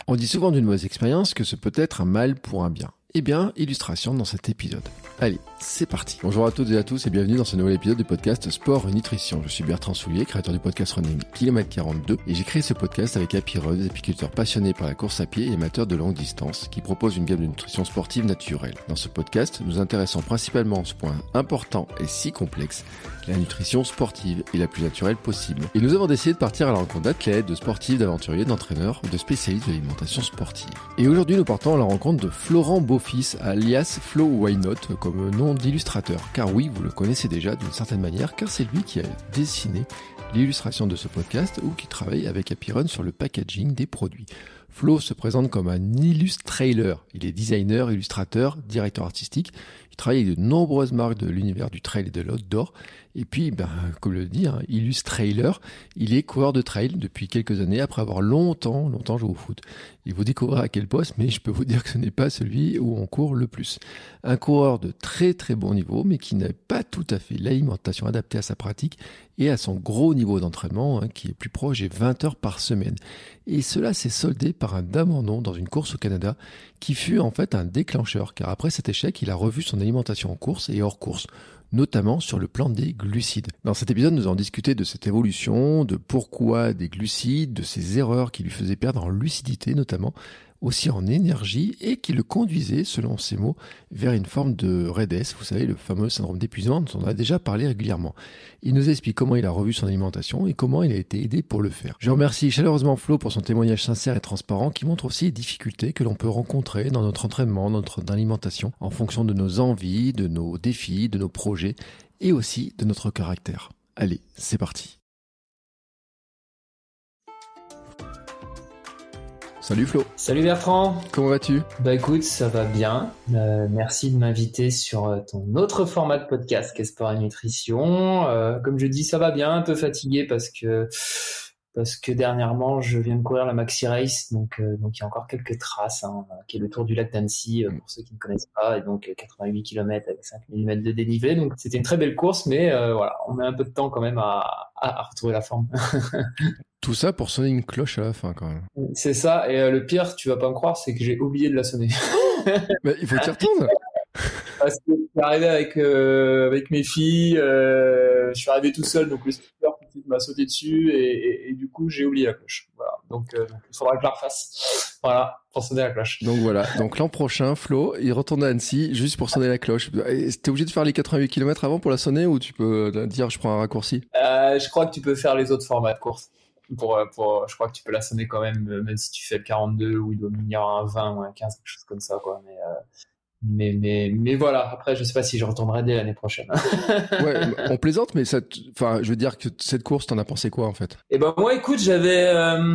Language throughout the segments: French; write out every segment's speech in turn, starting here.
On dit souvent d'une mauvaise expérience que ce peut être un mal pour un bien. Eh bien, illustration dans cet épisode. Allez, c'est parti. Bonjour à toutes et à tous et bienvenue dans ce nouvel épisode du podcast Sport et Nutrition. Je suis Bertrand Soulier, créateur du podcast Running Kilomètre 42 et j'ai créé ce podcast avec Happy Run, des apiculteurs passionnés par la course à pied et amateurs de longue distance qui proposent une gamme de nutrition sportive naturelle. Dans ce podcast, nous intéressons principalement à ce point important et si complexe, la nutrition sportive est la plus naturelle possible. Et nous avons décidé de partir à la rencontre d'athlètes, de sportifs, d'aventuriers, d'entraîneurs, de spécialistes de l'alimentation sportive. Et aujourd'hui, nous partons à la rencontre de Florent Beaufils, alias Flo Why Not, comme nom d'illustrateur. Car oui, vous le connaissez déjà d'une certaine manière, car c'est lui qui a dessiné l'illustration de ce podcast ou qui travaille avec Happy Run sur le packaging des produits. Flo se présente comme un illustrator. Il est designer, illustrateur, directeur artistique. Il travaille avec de nombreuses marques de l'univers du trail et de l'outdoor. Et puis, comme le dit, illustrator, il est coureur de trail depuis quelques années après avoir longtemps joué au foot. Il vous découvrira à quel poste, mais je peux vous dire que ce n'est pas celui où on court le plus. Un coureur de très très bon niveau, mais qui n'a pas tout à fait l'alimentation adaptée à sa pratique et à son gros niveau d'entraînement, qui est plus proche des 20 heures par semaine. Et cela s'est soldé par un abandon dans une course au Canada qui fut en fait un déclencheur, car après cet échec, il a revu son alimentation en course et hors course, notamment sur le plan des glucides. Dans cet épisode, nous allons discuter de cette évolution, de pourquoi des glucides, de ces erreurs qui lui faisaient perdre en lucidité notamment, aussi en énergie, et qui le conduisaient, selon ses mots, vers une forme de raidesse, vous savez, le fameux syndrome d'épuisement dont on a déjà parlé régulièrement. Il nous explique comment il a revu son alimentation et comment il a été aidé pour le faire. Je remercie chaleureusement Flo pour son témoignage sincère et transparent qui montre aussi les difficultés que l'on peut rencontrer dans notre entraînement, dans notre alimentation, en fonction de nos envies, de nos défis, de nos projets et aussi de notre caractère. Allez, c'est parti. Salut Flo. Salut Bertrand. Comment vas-tu ? Bah écoute, ça va bien. Merci de m'inviter sur ton autre format de podcast qu'est Sport et Nutrition. Comme je dis, ça va bien, un peu fatigué parce que dernièrement je viens de courir la Maxi Race, donc il y a encore quelques traces, qui est le Tour du lac d'Annecy pour ceux qui ne connaissent pas, et donc 88 km avec 5000 mètres de dénivelé. Donc c'était une très belle course, mais voilà, on met un peu de temps quand même à retrouver la forme. Tout ça pour sonner une cloche à la fin quand même. C'est ça, et le pire, tu vas pas me croire, c'est que j'ai oublié de la sonner. Mais il faut que tu retournes. Parce que je suis arrivé avec mes filles, je suis arrivé tout seul, donc le speaker tout de suite m'a sauté dessus et du coup j'ai oublié la cloche. Voilà, donc il faudra que je la refasse. Voilà, pour sonner la cloche. Donc voilà, donc l'an prochain, Flo, il retourne à Annecy juste pour sonner la cloche. T'es obligé de faire les 88 km avant pour la sonner ou tu peux dire je prends un raccourci ? Je crois que tu peux faire les autres formats de course. Je crois que tu peux la sonner quand même si tu fais le 42 ou il doit venir un 20 ou un 15, quelque chose comme ça, quoi. Mais voilà, après je sais pas si je retournerai dès l'année prochaine. Ouais, on plaisante, mais je veux dire que cette course, t'en as pensé quoi en fait ? Eh ben moi, écoute, j'avais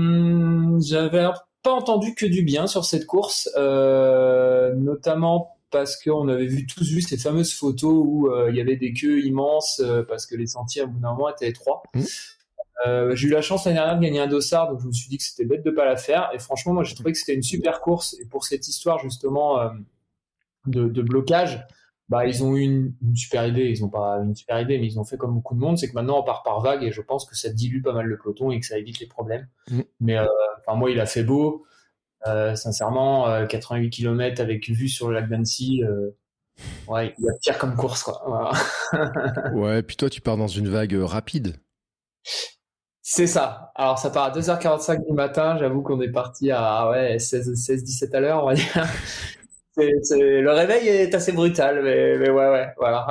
pas entendu que du bien sur cette course, notamment parce qu'on avait tous vu ces fameuses photos où il y avait des queues immenses parce que les sentiers à bout d'un moment étaient étroits. J'ai eu la chance l'année dernière de gagner un dossard, donc je me suis dit que c'était bête de pas la faire. Et franchement, moi j'ai trouvé que c'était une super course. Et pour cette histoire justement de blocage, ils ont eu une super idée. Ils n'ont pas une super idée, mais ils ont fait comme beaucoup de monde, c'est que maintenant on part par vague et je pense que ça dilue pas mal le peloton et que ça évite les problèmes. Mais moi il a fait beau. Sincèrement, 88 km avec vue sur le lac d'Annecy, ouais, il y a pire comme course, quoi. Voilà. Ouais, puis toi tu pars dans une vague rapide. C'est ça. Alors ça part à 2h45 du matin, j'avoue qu'on est parti à 16-17 à l'heure, on va dire. Le réveil est assez brutal, mais ouais, voilà.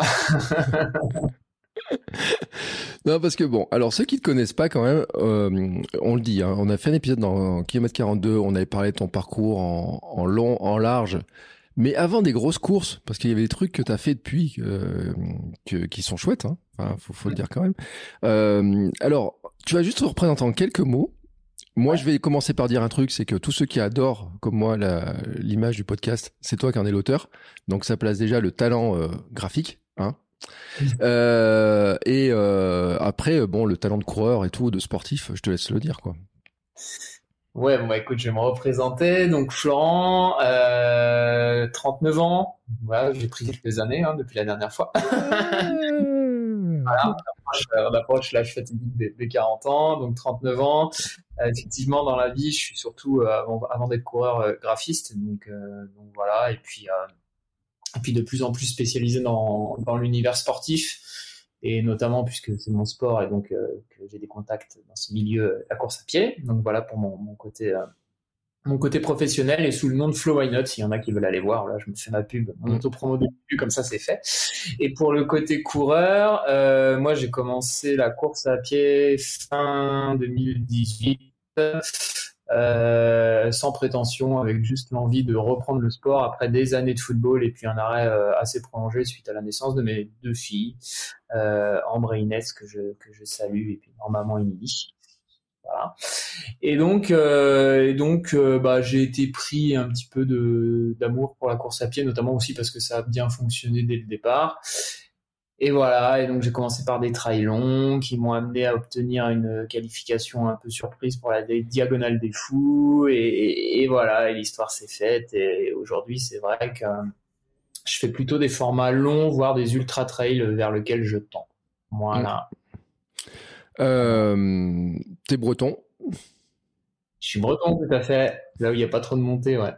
Non, parce que bon, alors ceux qui ne te connaissent pas quand même, on le dit, on a fait un épisode dans Kilomètre 42, on avait parlé de ton parcours en long, en large, mais avant des grosses courses, parce qu'il y avait des trucs que tu as fait depuis qui sont chouettes, enfin, faut le dire quand même. Alors, tu vas juste te représenter en quelques mots. Moi, je vais commencer par dire un truc, c'est que tous ceux qui adorent, comme moi, l'image du podcast, c'est toi qui en es l'auteur. Donc, ça place déjà le talent graphique, et après, le talent de coureur et tout, de sportif, je te laisse le dire, quoi. Ouais, écoute, je vais me représenter. Donc, Florent, 39 ans. Voilà, j'ai pris quelques années depuis la dernière fois. Voilà, on approche l'âge fatidique des 40 ans, donc 39 ans. Effectivement, dans la vie, je suis surtout, avant d'être coureur, graphiste. Donc voilà, et puis de plus en plus spécialisé dans l'univers sportif, et notamment puisque c'est mon sport et donc que j'ai des contacts dans ce milieu, la course à pied. Donc voilà pour mon côté professionnel, et sous le nom de Flow Why Not, s'il y en a qui veulent aller voir, là je me fais ma pub, mon auto-promo de début, comme ça c'est fait. Et pour le côté coureur, moi j'ai commencé la course à pied fin 2018, sans prétention, avec juste l'envie de reprendre le sport après des années de football et puis un arrêt assez prolongé suite à la naissance de mes 2 filles, Ambre et Inès, que je salue, et puis leur maman Émilie. Voilà. Et donc, j'ai été pris un petit peu d'amour pour la course à pied, notamment aussi parce que ça a bien fonctionné dès le départ. Et voilà. Et donc, j'ai commencé par des trails longs qui m'ont amené à obtenir une qualification un peu surprise pour la Diagonale des Fous. Et voilà. Et l'histoire s'est faite. Et aujourd'hui, c'est vrai que je fais plutôt des formats longs, voire des ultra trails vers lesquels je tends. Voilà. T'es breton? Je suis breton, tout à fait. Là où il n'y a pas trop de montée, ouais.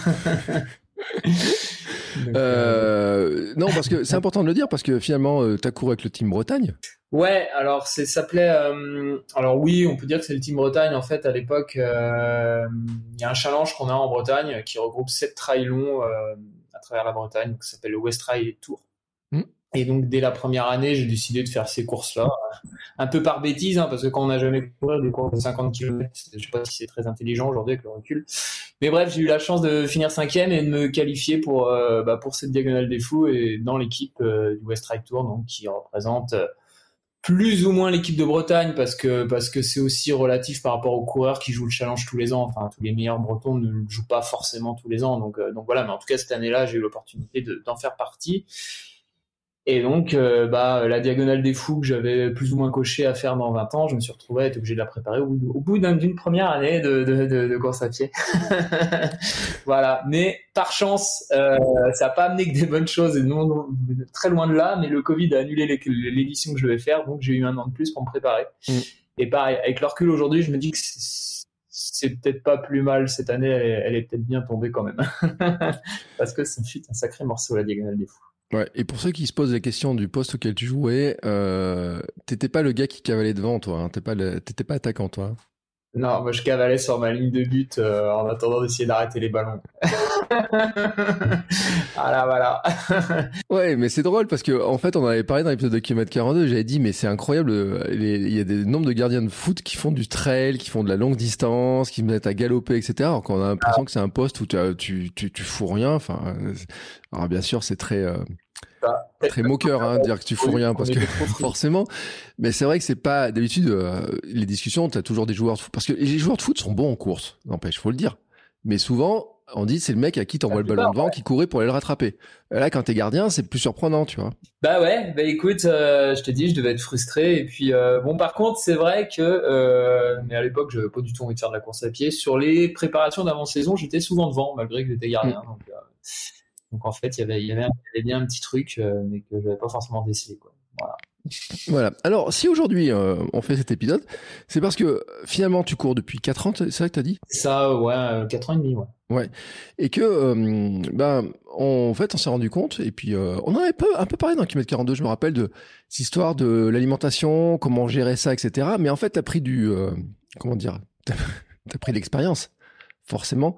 Donc, non, parce que c'est important de le dire, parce que finalement, t'as couru avec le Team Bretagne. Ouais, alors ça s'appelait. Alors oui, on peut dire que c'est le Team Bretagne. En fait, à l'époque, il y a un challenge qu'on a en Bretagne qui regroupe 7 trails longs à travers la Bretagne, donc ça s'appelle le West Trail Tour. Et donc, dès la première année, j'ai décidé de faire ces courses-là, un peu par bêtise, parce que quand on n'a jamais couru des courses de 50 km, je sais pas si c'est très intelligent aujourd'hui avec le recul. Mais bref, j'ai eu la chance de finir 5e et de me qualifier pour cette Diagonale des Fous, et dans l'équipe du West Trail Tour, donc qui représente plus ou moins l'équipe de Bretagne, parce que c'est aussi relatif par rapport aux coureurs qui jouent le challenge tous les ans. Enfin, tous les meilleurs Bretons ne le jouent pas forcément tous les ans. Donc voilà. Mais en tout cas, cette année-là, j'ai eu l'opportunité d'en faire partie. Et donc, la Diagonale des Fous que j'avais plus ou moins coché à faire dans 20 ans, je me suis retrouvé à être obligé de la préparer au bout d'une première année de course à pied. Voilà. Mais par chance, ça n'a pas amené que des bonnes choses, et non, très loin de là, mais le Covid a annulé l'édition que je devais faire, donc j'ai eu 1 an de plus pour me préparer. Et pareil, avec le recul aujourd'hui, je me dis que c'est peut-être pas plus mal cette année, elle est peut-être bien tombée quand même. Parce que ça fut un sacré morceau, la Diagonale des Fous. Ouais, et pour ceux qui se posent la question du poste auquel tu jouais, t'étais pas le gars qui cavalait devant, toi. Hein. T'étais pas attaquant, toi. Non, moi je cavalais sur ma ligne de but en attendant d'essayer d'arrêter les ballons. Voilà. Ouais, mais c'est drôle parce que en fait, on en avait parlé dans l'épisode de Kilomètre 42. J'avais dit, mais c'est incroyable. Il y a des nombres de gardiens de foot qui font du trail, qui font de la longue distance, qui se mettent à galoper, etc. Alors qu'on a l'impression que c'est un poste où tu fous rien. Enfin, alors bien sûr, c'est très moqueur, dire que tu fous rien, parce que forcément. Mais c'est vrai que c'est pas d'habitude les discussions. T'as toujours des joueurs de foot, parce que les joueurs de foot sont bons en course. N'empêche, faut le dire. Mais souvent, on dit c'est le mec à qui t'envoie le ballon devant qui courait pour aller le rattraper. Là, quand t'es gardien, c'est plus surprenant, tu vois. Bah ouais, écoute, je te dis, je devais être frustré. Et puis, par contre, c'est vrai que, mais à l'époque, j'avais pas du tout envie de faire de la course à pied. Sur les préparations d'avant-saison, j'étais souvent devant, malgré que j'étais gardien. Donc en fait, il y avait bien un petit truc, mais que j'avais pas forcément décelé, quoi. Voilà. Alors, si aujourd'hui on fait cet épisode, c'est parce que finalement tu cours depuis 4 ans, c'est ça que t'as dit? Ça, ouais, 4 ans et demi, ouais. Ouais. Et que, en fait, on s'est rendu compte, et puis on en avait un peu parlé dans Kilomètre 42, je me rappelle de cette histoire de l'alimentation, comment gérer ça, etc. Mais en fait, t'as pris comment dire, t'as pris de l'expérience, forcément.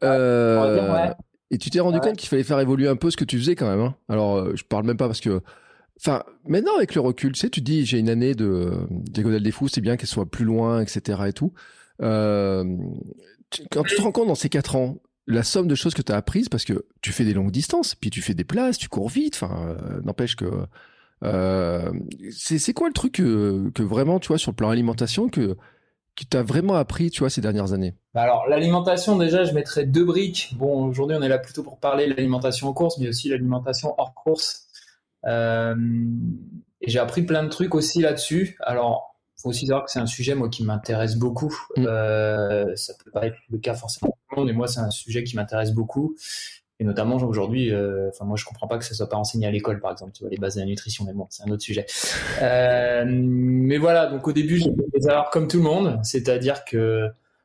Et tu t'es rendu compte qu'il fallait faire évoluer un peu ce que tu faisais quand même. Hein. Alors, je parle même pas parce que... Enfin, maintenant, avec le recul, tu sais, tu te dis, j'ai une année de Diagonale des Fous, c'est bien qu'elle soit plus loin, etc. et tout. Quand tu te rends compte dans ces 4 ans, la somme de choses que tu as apprises, parce que tu fais des longues distances, puis tu fais des places, tu cours vite, enfin, n'empêche que... c'est quoi le truc que vraiment, tu vois, sur le plan alimentation, que t'as vraiment appris, tu vois, ces dernières années? Alors, l'alimentation, déjà, je mettrais 2 briques. Bon, aujourd'hui, on est là plutôt pour parler de l'alimentation en course, mais aussi l'alimentation hors course. Et j'ai appris plein de trucs aussi là-dessus. Alors, faut aussi savoir que c'est un sujet, moi, qui m'intéresse beaucoup. Ça peut pas être le cas forcément pour tout le monde, mais moi, c'est un sujet qui m'intéresse beaucoup. Et notamment aujourd'hui, moi je comprends pas que ça soit pas enseigné à l'école, par exemple, tu vois, les bases de la nutrition, mais bon, c'est un autre sujet. Mais voilà, donc au début, j'ai fait des erreurs comme tout le monde, c'est-à-dire que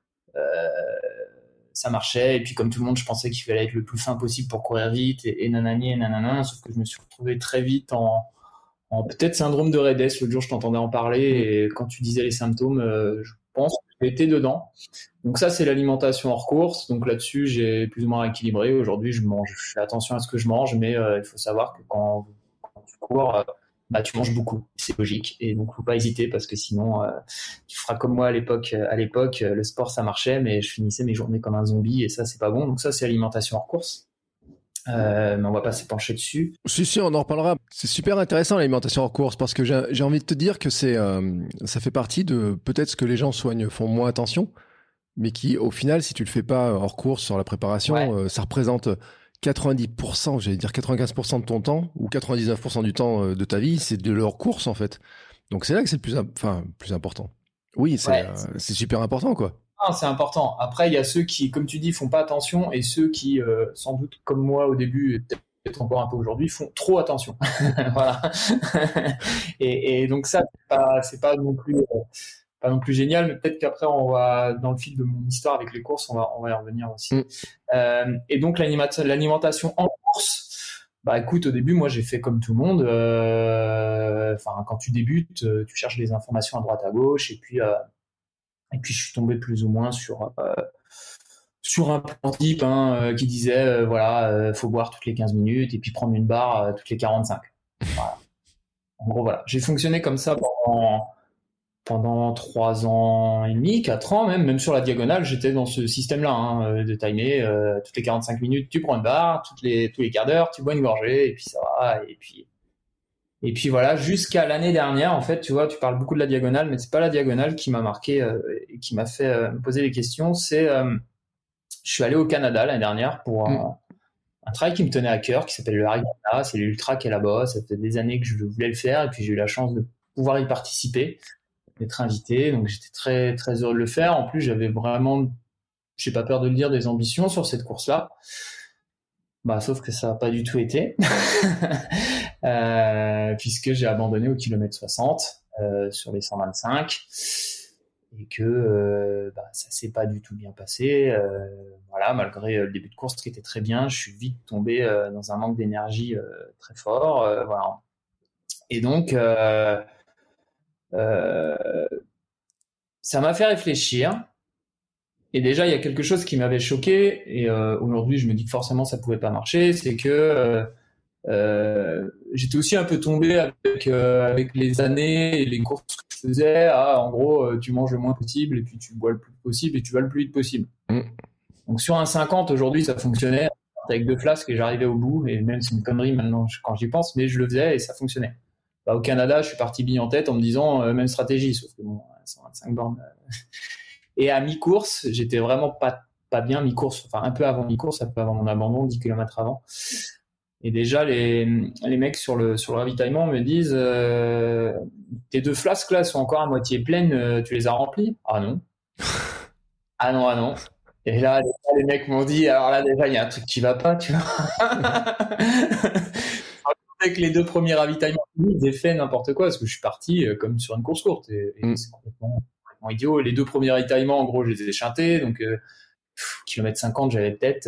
ça marchait, et puis comme tout le monde, je pensais qu'il fallait être le plus fin possible pour courir vite, et nanani, et nanana, sauf que je me suis retrouvé très vite en peut-être syndrome de Redès. L'autre jour, je t'entendais en parler, et quand tu disais les symptômes, je pense que j'étais dedans. Donc ça, c'est l'alimentation hors course. Donc là-dessus, j'ai plus ou moins équilibré. Aujourd'hui, je fais attention à ce que je mange, mais il faut savoir que quand tu cours, tu manges beaucoup. C'est logique. Et donc, faut pas hésiter parce que sinon, tu feras comme moi à l'époque. À l'époque, le sport, ça marchait, mais je finissais mes journées comme un zombie et ça, c'est pas bon. Donc ça, c'est l'alimentation hors course. Mais on va pas s'épancher dessus. Si, on en reparlera. C'est super intéressant l'alimentation hors course parce que j'ai envie de te dire que ça fait partie de peut-être ce que les gens font moins attention, mais qui, au final, si tu le fais pas hors course sur la préparation, ça représente 90%, j'allais dire 95% de ton temps ou 99% du temps de ta vie, c'est de hors course en fait. Donc c'est là que c'est le plus important. Oui, c'est super important quoi. Ah, c'est important. Après, il y a ceux qui, comme tu dis, font pas attention et ceux qui, sans doute comme moi au début, et peut-être encore un peu aujourd'hui, font trop attention. Voilà. Et donc ça, c'est pas non plus génial, mais peut-être qu'après, on va, dans le fil de mon histoire avec les courses, on va y revenir aussi. Et donc, l'alimentation en course, écoute, au début, moi, j'ai fait comme tout le monde. Quand tu débutes, tu cherches des informations à droite à gauche, et puis je suis tombé plus ou moins sur un plan type qui disait faut boire toutes les 15 minutes et puis prendre une barre toutes les 45. Voilà. En gros, voilà. J'ai fonctionné comme ça pendant 3 ans et demi, 4 ans même sur la diagonale, j'étais dans ce système-là de timer toutes les 45 minutes, tu prends une barre, tous les quarts d'heure, tu bois une gorgée et puis ça va et puis voilà, jusqu'à l'année dernière, en fait, tu vois, tu parles beaucoup de la diagonale, mais c'est pas la diagonale qui m'a marqué et qui m'a fait me poser des questions. Je suis allé au Canada l'année dernière pour un travail qui me tenait à cœur, qui s'appelle le Arizona. C'est l'ultra qui est là-bas. Ça fait des années que je voulais le faire, et puis j'ai eu la chance de pouvoir y participer, d'être invité. Donc j'étais très très heureux de le faire. En plus, j'avais vraiment, j'ai pas peur de le dire, des ambitions sur cette course-là. Sauf que ça n'a pas du tout été, puisque j'ai abandonné au kilomètre 60 sur les 125, et que ça s'est pas du tout bien passé. Malgré le début de course qui était très bien, je suis vite tombé dans un manque d'énergie très fort. Voilà. Et donc, ça m'a fait réfléchir. Et déjà, il y a quelque chose qui m'avait choqué, et aujourd'hui, je me dis que forcément, ça pouvait pas marcher, c'est que j'étais aussi un peu tombé avec les années et les courses que je faisais. En gros, tu manges le moins possible, et puis tu bois le plus possible, et tu vas le plus vite possible. Donc sur un 50, aujourd'hui, ça fonctionnait avec 2 flasques, et j'arrivais au bout, et même c'est une connerie maintenant quand j'y pense, mais je le faisais, et ça fonctionnait. Au Canada, je suis parti bille en tête en me disant même stratégie, sauf que 125 bornes... Et à mi-course, j'étais vraiment pas bien mi-course, un peu avant mi-course, un peu avant mon abandon, 10 km avant. Et déjà, les mecs sur le ravitaillement me disent tes 2 flasques là sont encore à moitié pleines, tu les as remplies? Ah non. Ah non. Et là, les mecs m'ont dit, alors là, déjà, il y a un truc qui va pas, tu vois. Avec les 2 premiers ravitaillements, ils aient fait n'importe quoi, parce que je suis parti comme sur une course courte, et c'est complètement idiot. Les 2 premiers ravitaillements, en gros, je les ai chantés, donc kilomètre 50, j'avais peut-être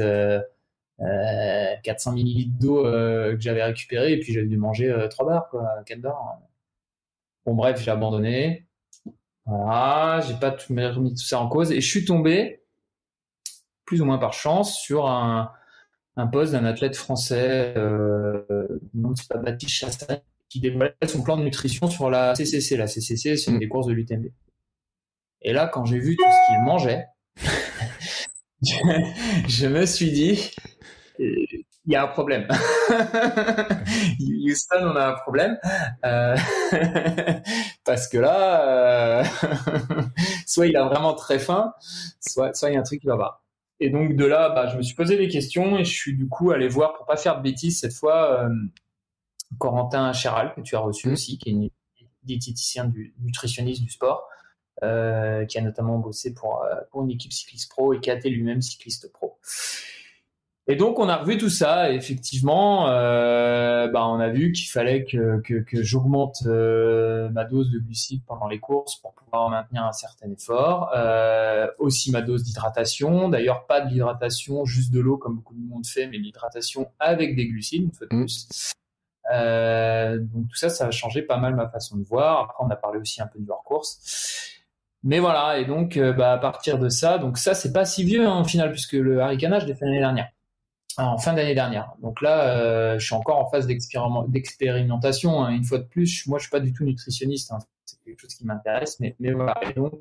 400 millilitres d'eau que j'avais récupéré, et puis j'avais dû manger 3 barres, 4 barres. Bon, bref, j'ai abandonné. Voilà, j'ai pas remis tout ça en cause, et je suis tombé, plus ou moins par chance, sur un poste d'un athlète français, non, c'est pas Baptiste Chassagne, qui dévoilait son plan de nutrition sur la CCC. La CCC, c'est une des courses de l'UTMB. Et là, quand j'ai vu tout ce qu'il mangeait, je me suis dit, il y a un problème. Houston, on a un problème. Parce que là, soit il a vraiment très faim, soit il y a un truc qui va pas. Et donc de là, je me suis posé des questions, et je suis du coup allé voir, pour pas faire de bêtises cette fois, Corentin Chéral, que tu as reçu aussi, qui est diététicien nutritionniste du sport, qui a notamment bossé pour une équipe cycliste pro, et qui a été lui-même cycliste pro. Et donc on a revu tout ça. Et effectivement, on a vu qu'il fallait que j'augmente ma dose de glucides pendant les courses pour pouvoir maintenir un certain effort. Aussi ma dose d'hydratation. D'ailleurs, pas de l'hydratation juste de l'eau comme beaucoup de monde fait, mais de l'hydratation avec des glucides une fois de plus. Donc tout ça a changé pas mal ma façon de voir. Après, on a parlé aussi un peu du hors-course. Mais voilà, et donc à partir de ça, donc ça c'est pas si vieux au final, puisque le haricana, je l'ai fait l'année dernière. En fin d'année dernière. Donc là, je suis encore en phase d'expérimentation. Hein. Une fois de plus, moi, je suis pas du tout nutritionniste. Hein. C'est quelque chose qui m'intéresse, mais voilà.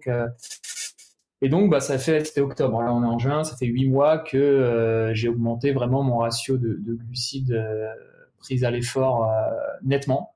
Et donc, c'était octobre. Là, on est en juin. Ça fait 8 mois que j'ai augmenté vraiment mon ratio de glucides pris à l'effort nettement.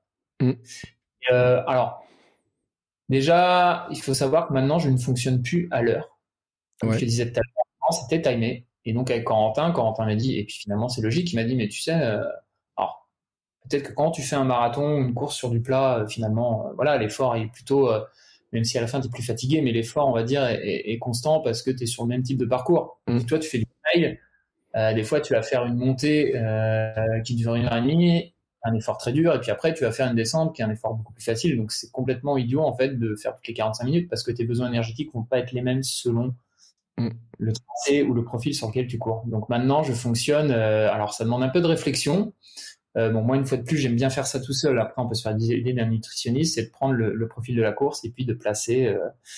Alors, déjà, il faut savoir que maintenant, je ne fonctionne plus à l'heure. Comme je te disais tout à l'heure, avant, c'était timé. Et donc avec Corentin m'a dit, et puis finalement c'est logique, il m'a dit, mais tu sais, alors peut-être que quand tu fais un marathon ou une course sur du plat, finalement, voilà, l'effort est plutôt, même si à la fin tu es plus fatigué, mais l'effort, on va dire, est constant parce que tu es sur le même type de parcours. Et toi, tu fais du trail, des fois tu vas faire une montée qui dure 1h30, un effort très dur, et puis après tu vas faire une descente qui est un effort beaucoup plus facile. Donc c'est complètement idiot en fait de faire toutes les 45 minutes parce que tes besoins énergétiques vont pas être les mêmes selon le tracé ou le profil sur lequel tu cours. Donc maintenant, je fonctionne. Alors, ça demande un peu de réflexion. Moi, une fois de plus, j'aime bien faire ça tout seul. Après, on peut se faire l'idée d'un nutritionniste, c'est de prendre le profil de la course et puis de placer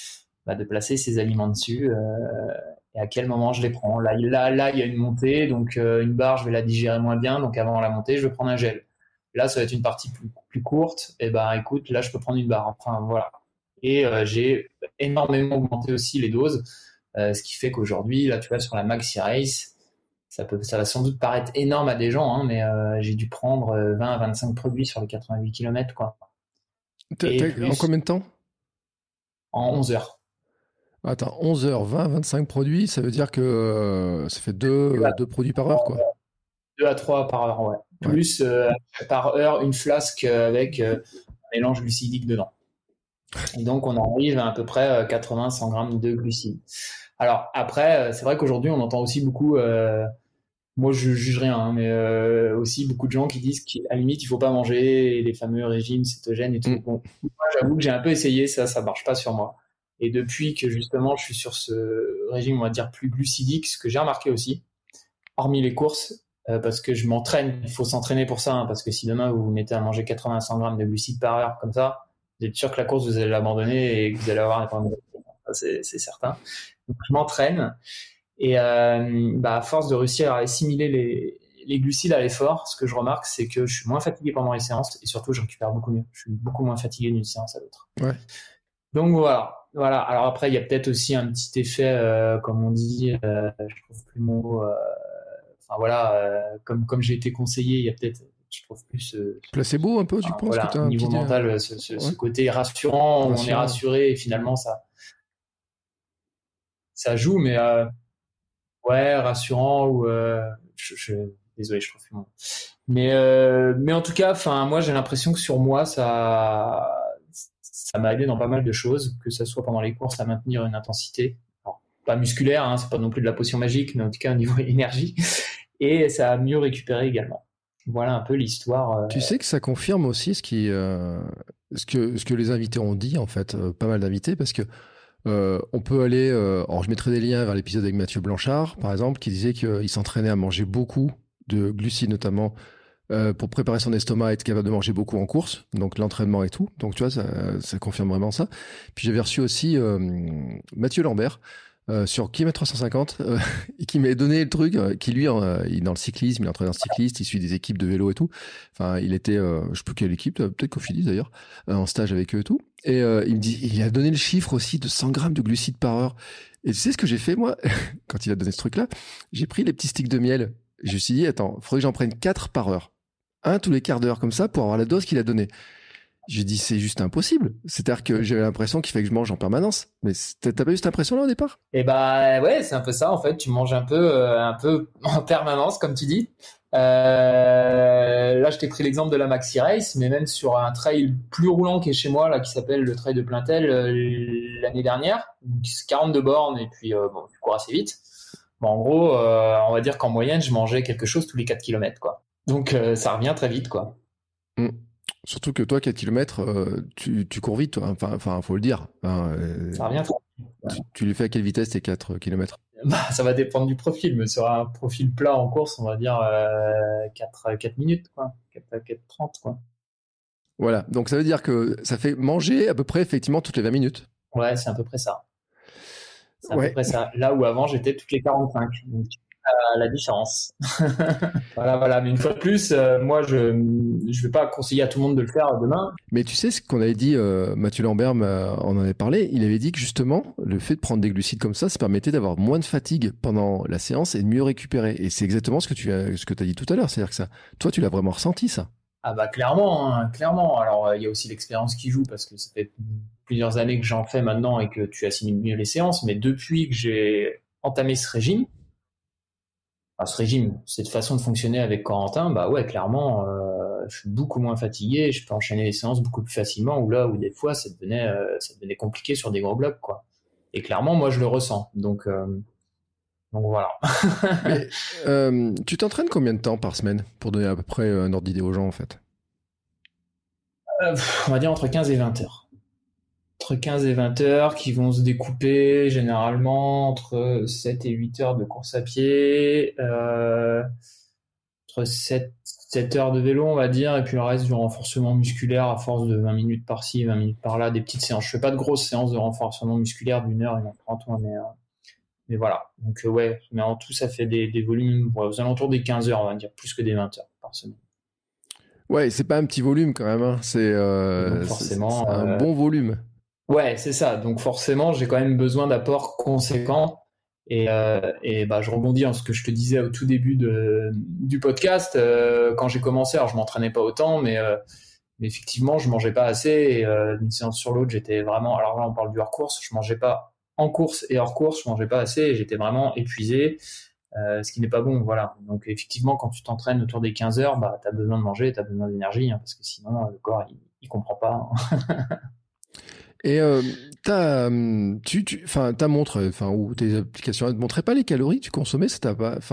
ses aliments dessus. Et à quel moment je les prends. Là, il y a une montée, donc une barre, je vais la digérer moins bien. Donc avant la montée, je vais prendre un gel. Là, ça va être une partie plus courte. Et écoute, là, je peux prendre une barre. Enfin, voilà. Et j'ai énormément augmenté aussi les doses. Ce qui fait qu'aujourd'hui, là, tu vois, sur la Maxi Race, ça va sans doute paraître énorme à des gens, hein, mais j'ai dû prendre 20 à 25 produits sur les 88 km, quoi. En combien de temps? En 11 heures. Attends, 11 heures, 20, 25 produits, ça veut dire que ça fait 2 produits par heure, quoi. 2 à 3 par heure, ouais. Plus par heure, une flasque avec un mélange glucidique dedans. Et donc, on arrive à peu près 80-100 grammes de glucides. Alors après, c'est vrai qu'aujourd'hui, on entend aussi beaucoup, moi je juge rien, hein, mais aussi beaucoup de gens qui disent qu'à la limite, il faut pas manger les fameux régimes cétogènes et tout. Bon, moi, j'avoue que j'ai un peu essayé, ça marche pas sur moi. Et depuis que justement, je suis sur ce régime, on va dire, plus glucidique, ce que j'ai remarqué aussi, hormis les courses, parce que je m'entraîne, il faut s'entraîner pour ça, hein, parce que si demain vous vous mettez à manger 80-100 grammes de glucides par heure comme ça, vous êtes sûr que la course, vous allez l'abandonner et que vous allez avoir un problème. C'est certain. Donc, je m'entraîne et à force de réussir à assimiler les glucides à l'effort, ce que je remarque, c'est que je suis moins fatigué pendant les séances et surtout, je récupère beaucoup mieux. Je suis beaucoup moins fatigué d'une séance à l'autre. Ouais. Donc voilà. Alors après, il y a peut-être aussi un petit effet, comme on dit, je trouve plus le mot. Comme j'ai été conseillé, il y a peut-être, je trouve plus placebo un peu, tu penses que au niveau mental, ce côté rassurant, on est rassuré et finalement ça joue, mais rassurant ou désolé, je trouve plus mon. Mais en tout cas, moi j'ai l'impression que sur moi ça m'a aidé dans pas mal de choses, que ça soit pendant les courses à maintenir une intensité, alors, pas musculaire, hein, c'est pas non plus de la potion magique, mais en tout cas au niveau énergie, et ça a mieux récupéré également. Voilà un peu l'histoire. Tu sais que ça confirme aussi ce que les invités ont dit, en fait, pas mal d'invités, parce que on peut aller. Alors, je mettrai des liens vers l'épisode avec Mathieu Blanchard, par exemple, qui disait qu'il s'entraînait à manger beaucoup de glucides, notamment pour préparer son estomac, être capable de manger beaucoup en course, donc l'entraînement et tout. Donc, tu vois, ça confirme vraiment ça. Puis j'avais reçu aussi Mathieu Lambert. Sur Kilomètre 350 et qui m'a donné le truc qui lui il est dans le cyclisme, il est entraîneur cycliste, il suit des équipes de vélo et tout, enfin il était je sais plus quelle équipe, peut-être Cofidis d'ailleurs, en stage avec eux et tout, et il me dit, il a donné le chiffre aussi de 100 grammes de glucides par heure, et tu sais ce que j'ai fait moi quand il a donné ce truc là, j'ai pris les petits sticks de miel, et je me suis dit attends, faudrait que j'en prenne 4 par heure, un tous les quarts d'heure comme ça pour avoir la dose qu'il a donnée. J'ai dit, c'est juste impossible. C'est-à-dire que j'avais l'impression qu'il fallait que je mange en permanence. Mais t'as pas eu cette impression-là au départ? Eh ouais, c'est un peu ça, en fait. Tu manges un peu en permanence, comme tu dis. Là, je t'ai pris l'exemple de la Maxi Race, mais même sur un trail plus roulant qui est chez moi, là, qui s'appelle le trail de Plaintel, l'année dernière. Donc, c'est 42 bornes et puis, tu cours assez vite. Bon, en gros, on va dire qu'en moyenne, je mangeais quelque chose tous les 4 kilomètres, quoi. Donc, ça revient très vite, quoi. Mm. Surtout que toi, 4 kilomètres, tu cours vite, toi. Enfin, faut le dire. Ça revient très vite. Tu les fais à quelle vitesse tes 4 kilomètres? Bah, ça va dépendre du profil, mais sur un profil plat en course, on va dire 4 minutes, quoi. 4 30, quoi. Voilà. Donc ça veut dire que ça fait manger à peu près effectivement toutes les 20 minutes. Ouais, c'est à peu près ça. C'est à peu Ouais. près ça. Là où avant, j'étais toutes les 45. Donc, tu vois la différence. Voilà. Mais une fois de plus, moi, je vais pas conseiller à tout le monde de le faire demain. Mais tu sais ce qu'on avait dit, Mathieu Lambert en avait parlé. Il avait dit que justement, le fait de prendre des glucides comme ça permettait d'avoir moins de fatigue pendant la séance et de mieux récupérer. Et c'est exactement ce que tu as dit tout à l'heure. C'est-à-dire que ça, toi, tu l'as vraiment ressenti, ça. Ah bah clairement, hein, clairement. Alors, il y a aussi l'expérience qui joue parce que ça fait plusieurs années que j'en fais maintenant et que tu assimiles mieux les séances. Mais depuis que j'ai entamé ce régime, cette façon de fonctionner avec Corentin, bah ouais, clairement, je suis beaucoup moins fatigué, je peux enchaîner les séances beaucoup plus facilement, où des fois, ça devenait compliqué sur des gros blocs, quoi. Et clairement, moi, je le ressens. Donc voilà. Mais tu t'entraînes combien de temps par semaine pour donner à peu près un ordre d'idée aux gens, en fait? On va dire entre 15 et 20 heures. Entre 15 et 20 heures qui vont se découper généralement entre 7 et 8 heures de course à pied, entre 7 heures de vélo, on va dire, et puis le reste du renforcement musculaire à force de 20 minutes par-ci, 20 minutes par-là, des petites séances. Je fais pas de grosses séances de renforcement musculaire d'1 heure, 1h30, mais voilà. Donc ouais, mais en tout, ça fait des volumes aux alentours des 15 heures, on va dire, plus que des 20 heures par semaine. Ouais, c'est pas un petit volume quand même, hein. Donc forcément, c'est un bon volume. Ouais, c'est ça. Donc forcément, j'ai quand même besoin d'apports conséquents. Et bah, je rebondis en ce que je te disais au tout début du podcast. Quand j'ai commencé, alors je m'entraînais pas autant, mais effectivement, je mangeais pas assez. Et d'une séance sur l'autre, j'étais vraiment. Alors là, on parle du hors course. Je mangeais pas en course et hors course. Je mangeais pas assez. Et j'étais vraiment épuisé, ce qui n'est pas bon. Voilà. Donc effectivement, quand tu t'entraînes autour des 15 heures, bah, t'as besoin de manger, t'as besoin d'énergie, hein, parce que sinon le corps il comprend pas, hein. Et ta montre, ou tes applications, elles ne montraient pas les calories que tu consommais, ça t'a pas,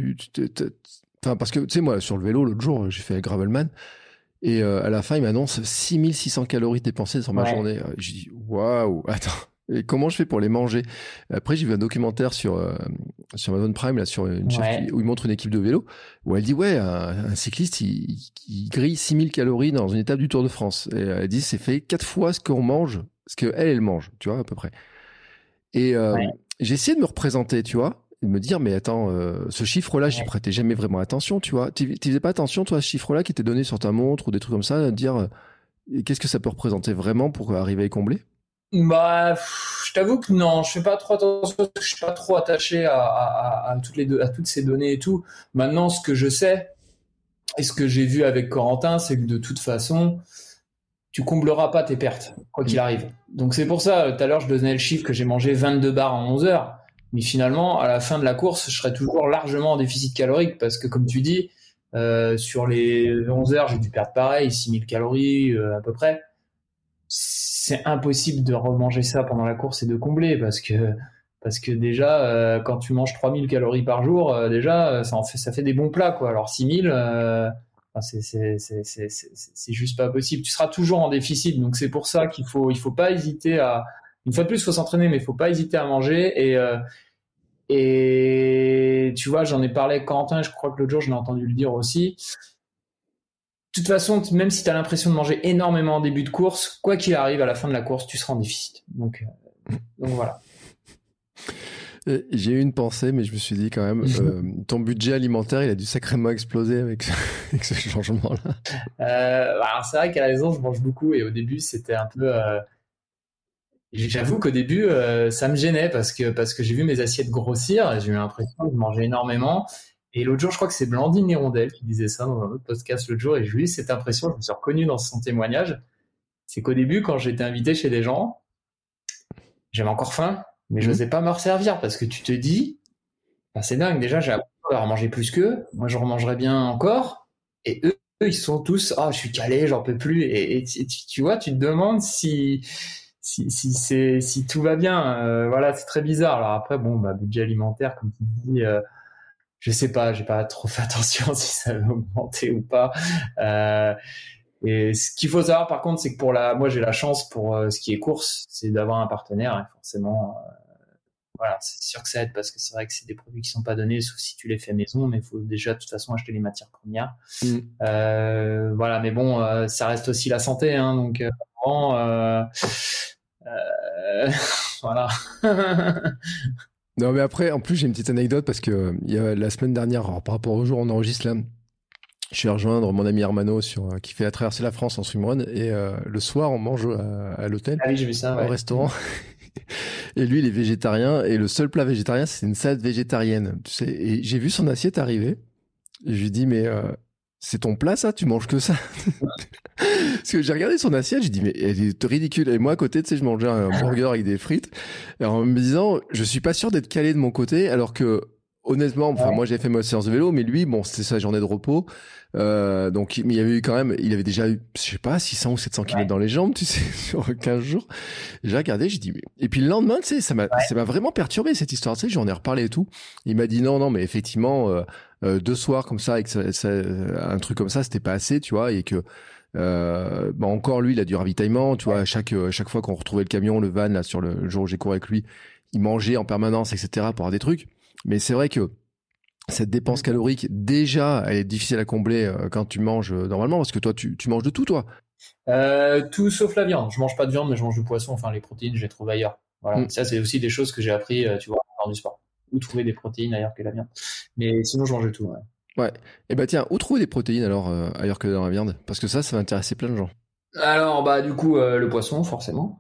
parce que tu sais, moi, sur le vélo, l'autre jour, j'ai fait Gravelman, et à la fin, il m'annonce 6600 calories dépensées sur ma journée. Je dis, waouh, attends, et comment je fais pour les manger? Après, j'ai vu un documentaire sur Amazon Prime, là, sur une chef où il montre une équipe de vélo, où elle dit, ouais, un cycliste, il grille 6000 calories dans une étape du Tour de France. Et elle dit, c'est fait 4 fois ce qu'on mange, ce qu'elle mange, tu vois, à peu près. Et j'ai essayé de me représenter, tu vois, et de me dire, mais attends, ce chiffre-là, j'y prêtais jamais vraiment attention, tu vois. Tu faisais pas attention, toi, à ce chiffre-là qui était donné sur ta montre ou des trucs comme ça, de dire, qu'est-ce que ça peut représenter vraiment pour arriver à y combler? Bah, je t'avoue que non, je fais pas trop attention, parce que je suis pas trop attaché à toutes ces données et tout. Maintenant, ce que je sais et ce que j'ai vu avec Corentin, c'est que de toute façon, tu combleras pas tes pertes, quoi qu'il arrive. Donc c'est pour ça, tout à l'heure, je donnais le chiffre que j'ai mangé 22 bars en 11 heures. Mais finalement, à la fin de la course, je serai toujours largement en déficit calorique parce que, comme tu dis, sur les 11 heures, j'ai dû perdre pareil, 6000 calories à peu près. C'est impossible de remanger ça pendant la course et de combler parce que déjà, quand tu manges 3000 calories par jour, déjà, ça fait des bons plats, quoi. Alors 6000, c'est juste pas possible. Tu seras toujours en déficit, donc c'est pour ça il faut pas hésiter à, une fois de plus, il faut s'entraîner, mais il faut pas hésiter à manger. Et tu vois, j'en ai parlé avec Corentin, je crois que l'autre jour, je l'ai entendu le dire aussi. De toute façon, même si tu as l'impression de manger énormément en début de course, quoi qu'il arrive, à la fin de la course, tu seras en déficit. Donc voilà. J'ai eu une pensée, mais je me suis dit quand même, ton budget alimentaire, il a dû sacrément exploser avec ce changement-là. Alors c'est vrai qu'à la maison, je mange beaucoup et au début, c'était un peu... J'avoue qu'au début, ça me gênait parce que j'ai vu mes assiettes grossir et j'ai eu l'impression de manger énormément. Et l'autre jour, je crois que c'est Blandine Hirondelle qui disait ça dans un autre podcast l'autre jour et j'ai eu cette impression, je me suis reconnu dans son témoignage. C'est qu'au début, quand j'étais invité chez des gens, j'avais encore faim, mais je n'osais pas me resservir parce que tu te dis, c'est dingue, déjà j'ai appris à manger plus qu'eux, moi je remangerais bien encore, et eux ils sont tous, je suis calé, j'en peux plus, et tu vois, tu te demandes si si tout va bien, voilà, c'est très bizarre. Alors après, bon, budget alimentaire, comme tu dis, je sais pas, j'ai pas trop fait attention si ça va augmenter ou pas. Et ce qu'il faut savoir, par contre, c'est que moi, j'ai la chance pour ce qui est course, c'est d'avoir un partenaire, et forcément, voilà, c'est sûr que ça aide parce que c'est vrai que c'est des produits qui sont pas donnés, sauf si tu les fais maison, mais il faut déjà de toute façon acheter les matières premières. Voilà, mais bon, ça reste aussi la santé, hein, donc vraiment, voilà. Non, mais après, en plus, j'ai une petite anecdote parce que il y a la semaine dernière, alors, par rapport au jour où on enregistre là, je suis à rejoindre mon ami Hermano qui fait la traversée de la France en swimrun et le soir, on mange à l'hôtel, Ah oui, j'ai vu ça, ouais. au restaurant. Et lui, il est végétarien et le seul plat végétarien, c'est une salade végétarienne. Tu sais, et j'ai vu son assiette arriver et je lui dis, mais c'est ton plat ça? Tu manges que ça? Parce que j'ai regardé son assiette, j'ai dit, mais elle est ridicule. Et moi, à côté, tu sais, je mangeais un burger avec des frites. Et en me disant, je suis pas sûr d'être calé de mon côté, alors que, honnêtement, enfin, moi, j'ai fait ma séance de vélo, mais lui, bon, c'était sa journée de repos. Donc, il y avait eu quand même, il avait déjà eu, je sais pas, 600 ou 700 kilomètres dans les jambes, tu sais, sur 15 jours. Et j'ai regardé, j'ai dit, mais... Et puis le lendemain, tu sais, ça m'a vraiment perturbé, cette histoire, tu sais, j'en ai reparlé et tout. Il m'a dit, non, mais effectivement, 2 soirs comme ça, avec un truc comme ça, c'était pas assez, tu vois, et que, encore lui, il a du ravitaillement, tu vois, à chaque fois qu'on retrouvait le camion, le van, là, sur le jour où j'ai couru avec lui, il mangeait en permanence, etc., pour avoir des trucs. Mais c'est vrai que cette dépense calorique, déjà, elle est difficile à combler quand tu manges normalement, parce que toi, tu manges de tout, toi. Tout sauf la viande. Je mange pas de viande, mais je mange du poisson. Enfin, les protéines, je les trouve ailleurs. Voilà. Ça, c'est aussi des choses que j'ai appris, tu vois, en faisant du sport. Où trouver des protéines ailleurs que la viande. Mais sinon, je mange de tout, ouais. Ouais. Et tiens, où trouver des protéines alors ailleurs que dans la viande? Parce que ça va intéresser plein de gens. Alors, du coup, le poisson, forcément.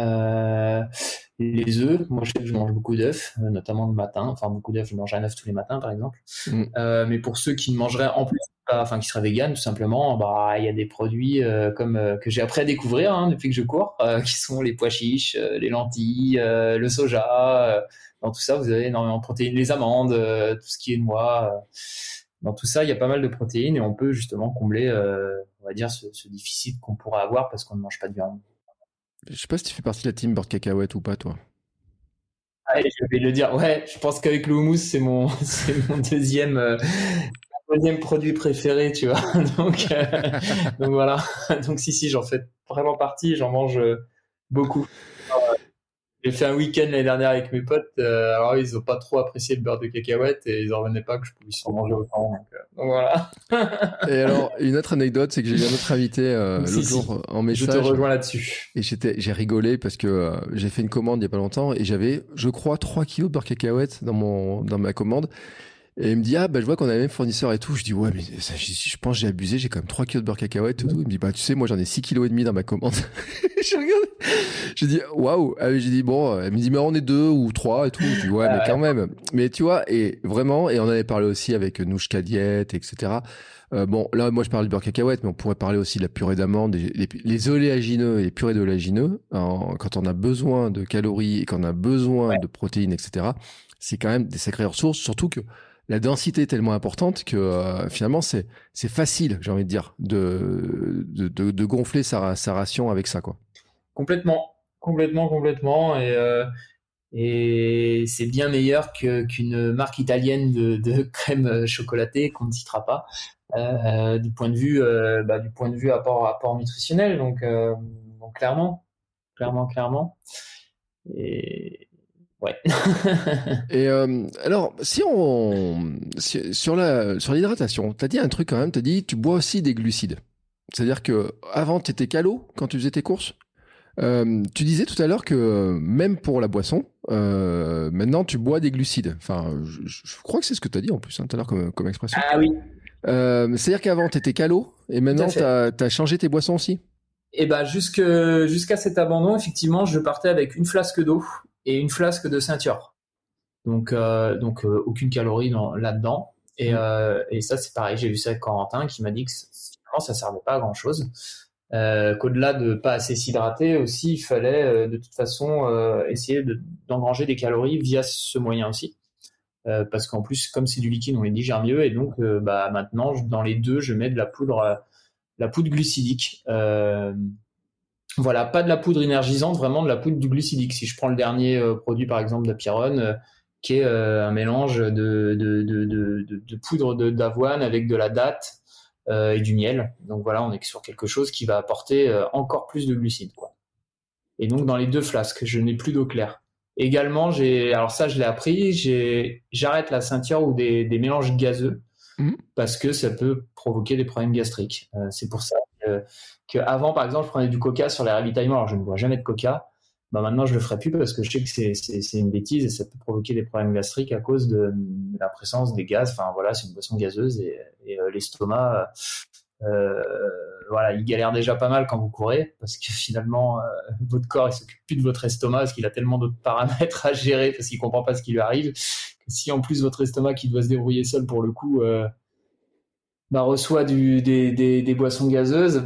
Les œufs. Moi, je sais que je mange beaucoup d'œufs, notamment le matin. Enfin, beaucoup d'œufs, je mange un œuf tous les matins, par exemple. Mais pour ceux qui ne mangeraient en plus, enfin, qui seraient véganes, tout simplement, il y a des produits que j'ai appris à découvrir depuis que je cours, qui sont les pois chiches, les lentilles, le soja. Dans tout ça, vous avez énormément de protéines. Les amandes, tout ce qui est noix. Dans tout ça, il y a pas mal de protéines et on peut justement combler, on va dire, ce déficit qu'on pourrait avoir parce qu'on ne mange pas de viande. Je sais pas si tu fais partie de la team beurre de cacahuète ou pas, toi. Ah, je vais le dire. Ouais, je pense qu'avec le houmous, c'est mon deuxième produit préféré, tu vois. Donc voilà. Donc si, j'en fais vraiment partie. J'en mange beaucoup. J'ai fait un week-end l'année dernière avec mes potes. Alors ils ont pas trop apprécié le beurre de cacahuète et ils en revenaient pas que je pouvais en manger autant. Donc voilà. Et alors, une autre anecdote, c'est que j'ai eu un autre invité l'autre jour en message. Je te rejoins là-dessus. Et j'ai rigolé parce que j'ai fait une commande il y a pas longtemps et j'avais, je crois, 3 kilos de beurre cacahuète dans ma commande. Et il me dit, je vois qu'on a le même fournisseur et tout. Je dis, ouais, mais ça, je pense que j'ai abusé, j'ai quand même 3 kilos de beurre cacahuète et tout. Il me dit, tu sais, moi j'en ai 6 kilos et demi dans ma commande. Je regarde. J'ai dit, waouh. J'ai dit, bon, elle me dit, mais on est 2 ou 3 et tout. Je dis, ouais, mais quand même. Mais tu vois, et vraiment, et on avait parlé aussi avec Nouchka Diet, etc. Bon, là, moi je parle du beurre cacahuète, mais on pourrait parler aussi de la purée d'amandes, les oléagineux et les purées d'oléagineux. Quand on a besoin de calories et qu'on a besoin de protéines, etc., c'est quand même des sacrées ressources, surtout que la densité est tellement importante que finalement c'est facile, j'ai envie de dire, de gonfler sa ration avec ça, quoi. Complètement. Et c'est bien meilleur qu'une marque italienne de crème chocolatée qu'on ne citera pas du point de vue apport nutritionnel. Donc clairement. Et ouais. Et alors, sur l'hydratation, t'as dit un truc quand même. T'as dit tu bois aussi des glucides. C'est-à-dire que avant t'étais calo quand tu faisais tes courses. Tu disais tout à l'heure que même pour la boisson, maintenant tu bois des glucides. Enfin, je crois que c'est ce que t'as dit en plus tout à l'heure comme expression. Ah oui. C'est-à-dire qu'avant t'étais calo et maintenant t'as changé tes boissons aussi. Et jusqu'à cet abandon, effectivement, je partais avec une flasque d'eau et une flasque de ceinture. Donc aucune calorie là-dedans. Et ça, c'est pareil. J'ai vu ça avec Corentin qui m'a dit que finalement, ça servait pas à grand-chose. Qu'au-delà de pas assez s'hydrater aussi, il fallait de toute façon essayer d'engranger des calories via ce moyen aussi. Parce qu'en plus, comme c'est du liquide, on les digère mieux. Et donc, maintenant, dans les deux, je mets de la poudre glucidique. Voilà, pas de la poudre énergisante, vraiment de la poudre du glucidique. Si je prends le dernier produit, par exemple, d'Apirone, qui est un mélange de poudre d'avoine avec de la date et du miel. Donc voilà, on est sur quelque chose qui va apporter encore plus de glucides, quoi. Et donc dans les 2 flasques, je n'ai plus d'eau claire. Également, alors ça, je l'ai appris, j'arrête la ceinture ou des mélanges gazeux parce que ça peut provoquer des problèmes gastriques. C'est pour ça qu'avant, par exemple, je prenais du coca sur les ravitaillements. Alors, je ne bois jamais de coca. Bah, maintenant, je le ferai plus parce que je sais que c'est une bêtise et ça peut provoquer des problèmes gastriques à cause de la présence des gaz. Enfin, voilà, c'est une boisson gazeuse et l'estomac, voilà, il galère déjà pas mal quand vous courez parce que finalement, votre corps, il s'occupe plus de votre estomac parce qu'il a tellement d'autres paramètres à gérer parce qu'il comprend pas ce qui lui arrive. Que si en plus votre estomac qui doit se débrouiller seul pour le coup, reçoit des boissons gazeuses,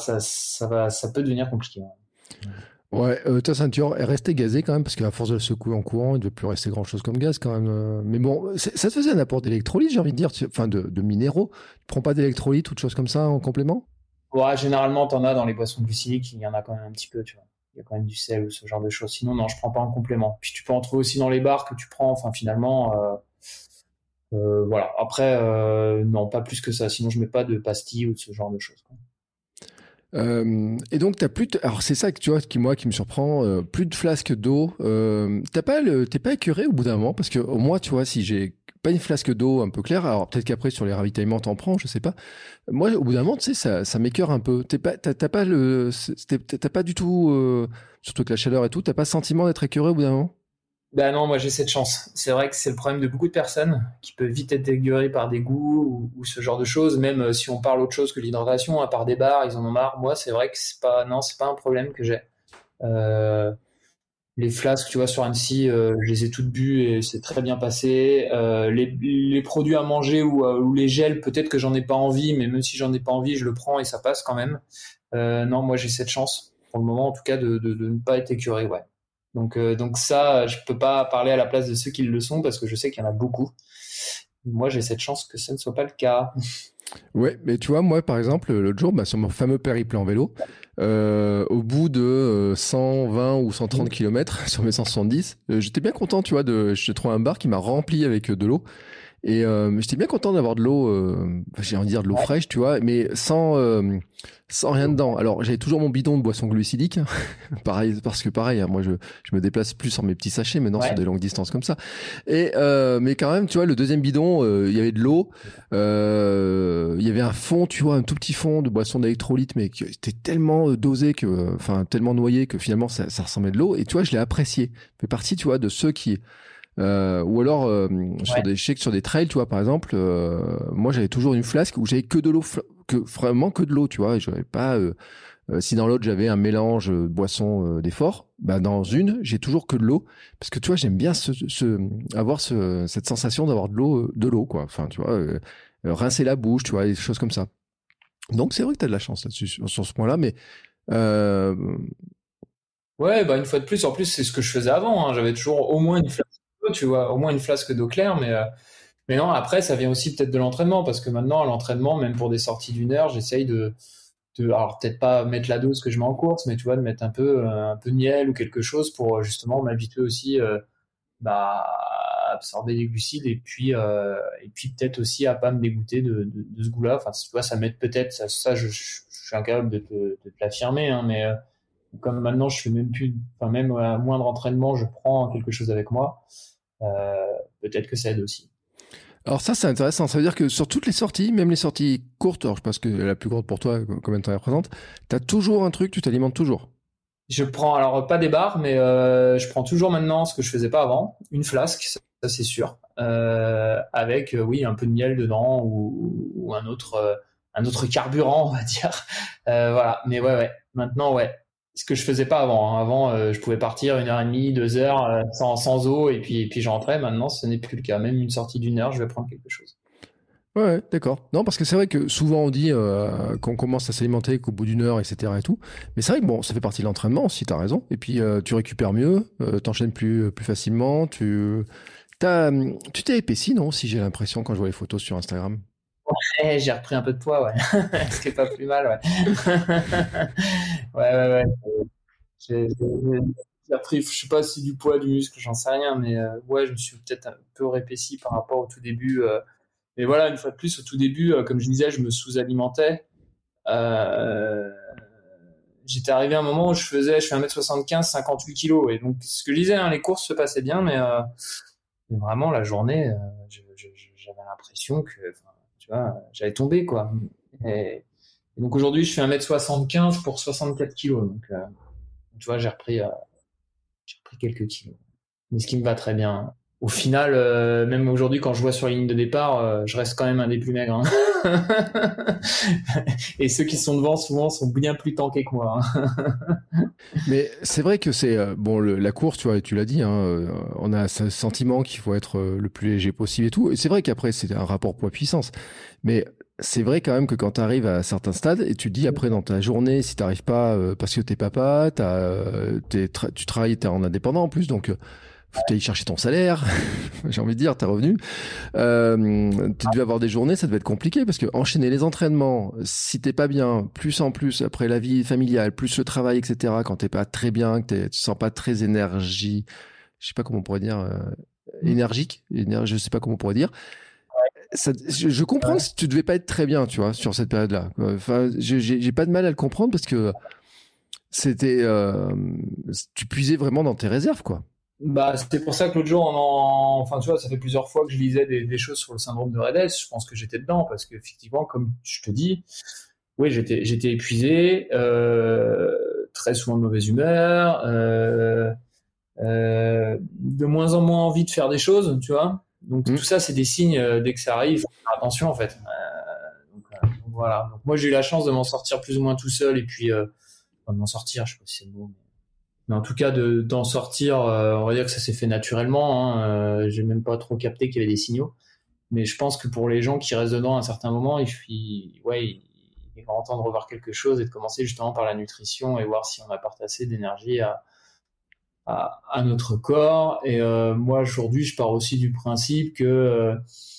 ça peut devenir compliqué. Ouais, ta ceinture est restée gazée quand même, parce qu'à force de le secouer en courant, il ne devait plus rester grand-chose comme gaz quand même. Mais bon, ça te faisait un apport d'électrolytes, j'ai envie de dire, enfin de minéraux. Tu prends pas d'électrolytes ou de choses comme ça en complément? Ouais, généralement, t'en as dans les boissons glucidiques, il y en a quand même un petit peu, tu vois. Il y a quand même du sel ou ce genre de choses. Sinon, non, je prends pas en complément. Puis tu peux en trouver aussi dans les bars que tu prends. Enfin, finalement, voilà. Après, non, pas plus que ça. Sinon, je mets pas de pastilles ou de ce genre de choses, quoi. Et donc alors c'est ça que tu vois qui me surprend, plus de flasques d'eau. T'es pas écœuré au bout d'un moment, parce que au moins tu vois, si j'ai pas une flasque d'eau un peu claire, alors peut-être qu'après sur les ravitaillements t'en prends, je sais pas. Moi au bout d'un moment, tu sais, ça m'écœure un peu. T'as pas du tout, surtout avec la chaleur et tout, t'as pas le sentiment d'être écœuré au bout d'un moment? Ben non, moi j'ai cette chance. C'est vrai que c'est le problème de beaucoup de personnes qui peuvent vite être égueurées par des goûts ou ce genre de choses. Même si on parle autre chose que l'hydratation, à part des bars, ils en ont marre. Moi, c'est vrai que c'est pas un problème que j'ai. Euh, les flasques, tu vois, sur Annecy, je les ai toutes bues et c'est très bien passé. Les produits à manger ou les gels, peut-être que j'en ai pas envie, mais même si j'en ai pas envie, je le prends et ça passe quand même. Non, moi j'ai cette chance, pour le moment en tout cas, de ne pas être écœuré, ouais. Donc ça, je peux pas parler à la place de ceux qui le sont parce que je sais qu'il y en a beaucoup. Moi, j'ai cette chance que ce ne soit pas le cas. Ouais, mais tu vois, moi, par exemple, l'autre jour, sur mon fameux périple en vélo, au bout de 120 ou 130 km sur mes 170, j'étais bien content, tu vois, j'ai trouvé un bar qui m'a rempli avec de l'eau. Et j'étais bien content d'avoir de l'eau, j'ai envie de dire de l'eau fraîche, tu vois, mais sans rien dedans. Alors j'avais toujours mon bidon de boisson glucidique, hein. Pareil, parce que pareil, hein, moi je me déplace plus sur mes petits sachets maintenant sur des longues distances comme ça. Et mais quand même, tu vois, le deuxième bidon, il y avait de l'eau, il y avait un fond, tu vois, un tout petit fond de boisson d'électrolyte, mais qui était tellement dosé que, enfin tellement noyé que finalement ça ressemblait de l'eau. Et tu vois, je l'ai apprécié. Fait partie, tu vois, de ceux qui ou alors sur des trails, tu vois, par exemple, moi j'avais toujours une flasque où j'avais que de l'eau, vraiment que de l'eau, tu vois, et j'avais pas. Si dans l'autre j'avais un mélange de boisson d'effort, bah dans une j'ai toujours que de l'eau, parce que tu vois j'aime bien avoir cette sensation d'avoir de l'eau quoi. Enfin tu vois, rincer la bouche, tu vois, des choses comme ça. Donc c'est vrai que t'as de la chance là-dessus sur ce point-là, mais Ouais, bah une fois de plus, en plus c'est ce que je faisais avant, hein. J'avais toujours au moins une flasque d'eau, tu vois, au moins une flasque d'eau claire, mais non, après ça vient aussi peut-être de l'entraînement, parce que maintenant à l'entraînement, même pour des sorties d'une heure, j'essaye alors peut-être pas mettre la dose que je mets en course, mais tu vois, de mettre un peu de miel ou quelque chose pour justement m'habituer aussi à absorber des glucides et puis peut-être aussi à pas me dégoûter de ce goût-là. Enfin, tu vois, ça m'aide peut-être, ça je suis incapable de te l'affirmer, hein, mais comme maintenant je fais même plus, enfin même à moindre entraînement, je prends quelque chose avec moi, peut-être que ça aide aussi. alors ça c'est intéressant, ça veut dire que sur toutes les sorties, même les sorties courtes, alors je pense que la plus courte pour toi, combien de temps elle représente, t'as toujours un truc, tu t'alimentes toujours. Je prends alors pas des barres, mais je prends toujours maintenant ce que je faisais pas avant, une flasque, ça c'est sûr, avec oui un peu de miel dedans ou un autre carburant on va dire. Voilà, mais ouais maintenant ouais, ce que je faisais pas avant, hein. Avant je pouvais partir 1h30, 2 heures sans eau et puis je rentrais. Maintenant ce n'est plus le cas. Même une sortie d'une heure, je vais prendre quelque chose. Ouais, d'accord. Non, parce que c'est vrai que souvent on dit qu'on commence à s'alimenter qu'au bout d'une heure, etc. et tout. Mais c'est vrai que bon, ça fait partie de l'entraînement aussi, t'as raison. Et puis tu récupères mieux, t'enchaînes plus facilement. Tu t'es épaissi, non? Si j'ai l'impression quand je vois les photos sur Instagram. J'ai repris un peu de poids, ouais. C'était pas plus mal, ouais. Ouais. J'ai repris, je sais pas si du poids, du muscle, j'en sais rien, mais ouais, je me suis peut-être un peu répaissi par rapport au tout début. Mais voilà, une fois de plus, au tout début, comme je disais, je me sous-alimentais. J'étais arrivé à un moment où je fais 1m75, 58 kilos. Et donc, ce que je disais, hein, les courses se passaient bien, mais vraiment, la journée, j'avais l'impression que, tu vois, j'allais tomber, quoi. Et donc, aujourd'hui, je fais 1m75 pour 64 kilos. Donc, tu vois, j'ai repris quelques kilos. Mais ce qui me va très bien. Au final, même aujourd'hui, quand je vois sur la ligne de départ, je reste quand même un des plus maigres. Hein. Et ceux qui sont devant, souvent, sont bien plus tankés que moi. Hein. Mais c'est vrai que c'est la course, tu vois, tu l'as dit, hein, on a ce sentiment qu'il faut être le plus léger possible et tout. Et c'est vrai qu'après, c'est un rapport poids-puissance. Mais c'est vrai quand même que quand tu arrives à certains stades et tu te dis après dans ta journée, si tu n'arrives pas parce que t'es papa, tu travailles, t'es en indépendant en plus, donc faut aller chercher ton salaire, j'ai envie de dire, tes revenus. Tu devais avoir des journées, ça devait être compliqué parce que enchaîner les entraînements, si t'es pas bien, plus en plus après la vie familiale, plus le travail, etc. Quand t'es pas très bien, que tu sens pas très je sais pas comment on pourrait dire, énergique, je sais pas comment on pourrait dire. Je comprends que tu devais pas être très bien, tu vois, sur cette période-là. Enfin, j'ai pas de mal à le comprendre parce que c'était, tu puisais vraiment dans tes réserves, quoi. Bah, c'était pour ça que l'autre jour, enfin, tu vois, ça fait plusieurs fois que je lisais des choses sur le syndrome de Redd. Je pense que j'étais dedans parce qu'effectivement, comme je te dis, oui, j'étais épuisé, très souvent de mauvaise humeur, de moins en moins envie de faire des choses, tu vois. Donc tout ça, c'est des signes dès que ça arrive, faut faire attention en fait. Donc, voilà. Donc moi, j'ai eu la chance de m'en sortir plus ou moins tout seul et puis de m'en sortir, je sais pas si c'est le mot. Mais en tout cas, d'en sortir, on va dire que ça s'est fait naturellement. Hein. J'ai même pas trop capté qu'il y avait des signaux. Mais je pense que pour les gens qui restent dedans à un certain moment, il est grand temps de revoir quelque chose et de commencer justement par la nutrition et voir si on apporte assez d'énergie à notre corps. Et moi, aujourd'hui, je pars aussi du principe que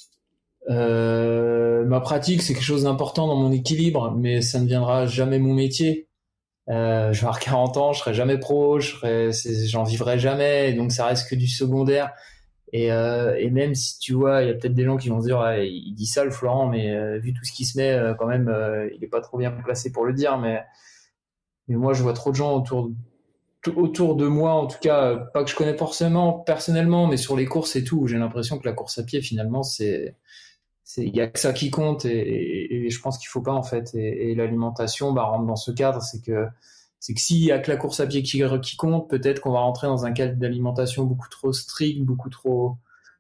ma pratique, c'est quelque chose d'important dans mon équilibre, mais ça ne viendra jamais mon métier. Je vais avoir 40 ans, je serai jamais pro, j'en vivrai jamais, et donc ça reste que du secondaire. Et même si tu vois, il y a peut-être des gens qui vont se dire, ah, il dit ça le Florent, mais vu tout ce qui se met, quand même, il est pas trop bien placé pour le dire. Mais moi, je vois trop de gens autour de moi, en tout cas, pas que je connais forcément personnellement, mais sur les courses et tout, où j'ai l'impression que la course à pied, finalement, il y a que ça qui compte et je pense qu'il faut pas en fait et l'alimentation rentre dans ce cadre, c'est que s'il y a que la course à pied qui compte, peut-être qu'on va rentrer dans un cadre d'alimentation beaucoup trop strict, beaucoup trop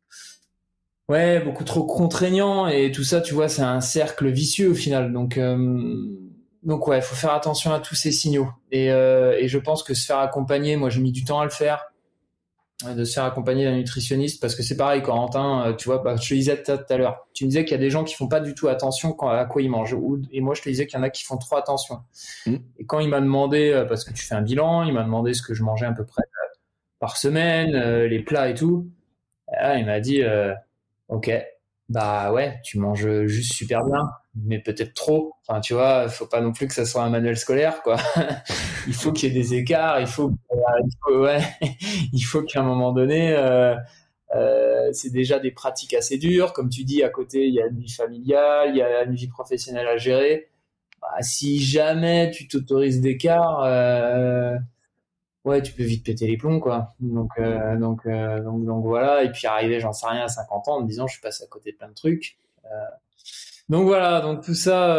contraignant et tout ça, tu vois, c'est un cercle vicieux au final. Donc ouais, il faut faire attention à tous ces signaux et je pense que se faire accompagner, moi j'ai mis du temps à le faire, de se faire accompagner d'un nutritionniste parce que c'est pareil, Corentin, tu vois, je te disais tout à l'heure, tu me disais qu'il y a des gens qui font pas du tout attention à quoi ils mangent et moi je te disais qu'il y en a qui font trop attention. Et quand il m'a demandé, parce que tu fais un bilan, il m'a demandé ce que je mangeais à peu près par semaine, les plats et tout, là, il m'a dit ok, bah ouais, tu manges juste super bien, mais peut-être trop. Enfin, tu vois, faut pas non plus que ça soit un manuel scolaire, quoi. Il faut qu'il y ait des écarts, il faut qu'à un moment donné, c'est déjà des pratiques assez dures. Comme tu dis, à côté, il y a une vie familiale, il y a une vie professionnelle à gérer. Bah, si jamais tu t'autorises d'écart, ouais, tu peux vite péter les plombs, quoi. Donc voilà. Et puis arriver, j'en sais rien, à 50 ans, en me disant, je suis passé à côté de plein de trucs. Donc voilà, donc tout ça.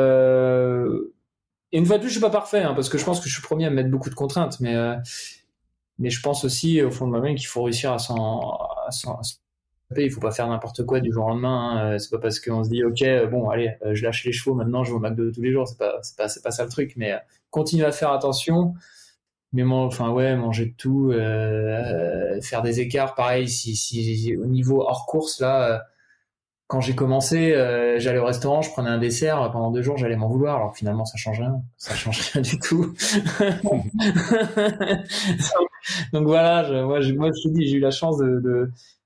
Et une fois de plus, je suis pas parfait, hein, parce que je pense que je suis le premier à me mettre beaucoup de contraintes, mais je pense aussi au fond de moi-même qu'il faut réussir à s'en il faut pas faire n'importe quoi du jour au lendemain. Hein. C'est pas parce qu'on se dit ok, bon, allez, je lâche les chevaux maintenant, je vais au McDo tous les jours. C'est pas ça le truc, mais continue à faire attention. Mais manger de tout, faire des écarts, pareil. Si au niveau hors course là, quand j'ai commencé, j'allais au restaurant, je prenais un dessert pendant 2 jours, j'allais m'en vouloir. Alors finalement, ça change rien du tout. Donc voilà, moi je te dis, j'ai eu la chance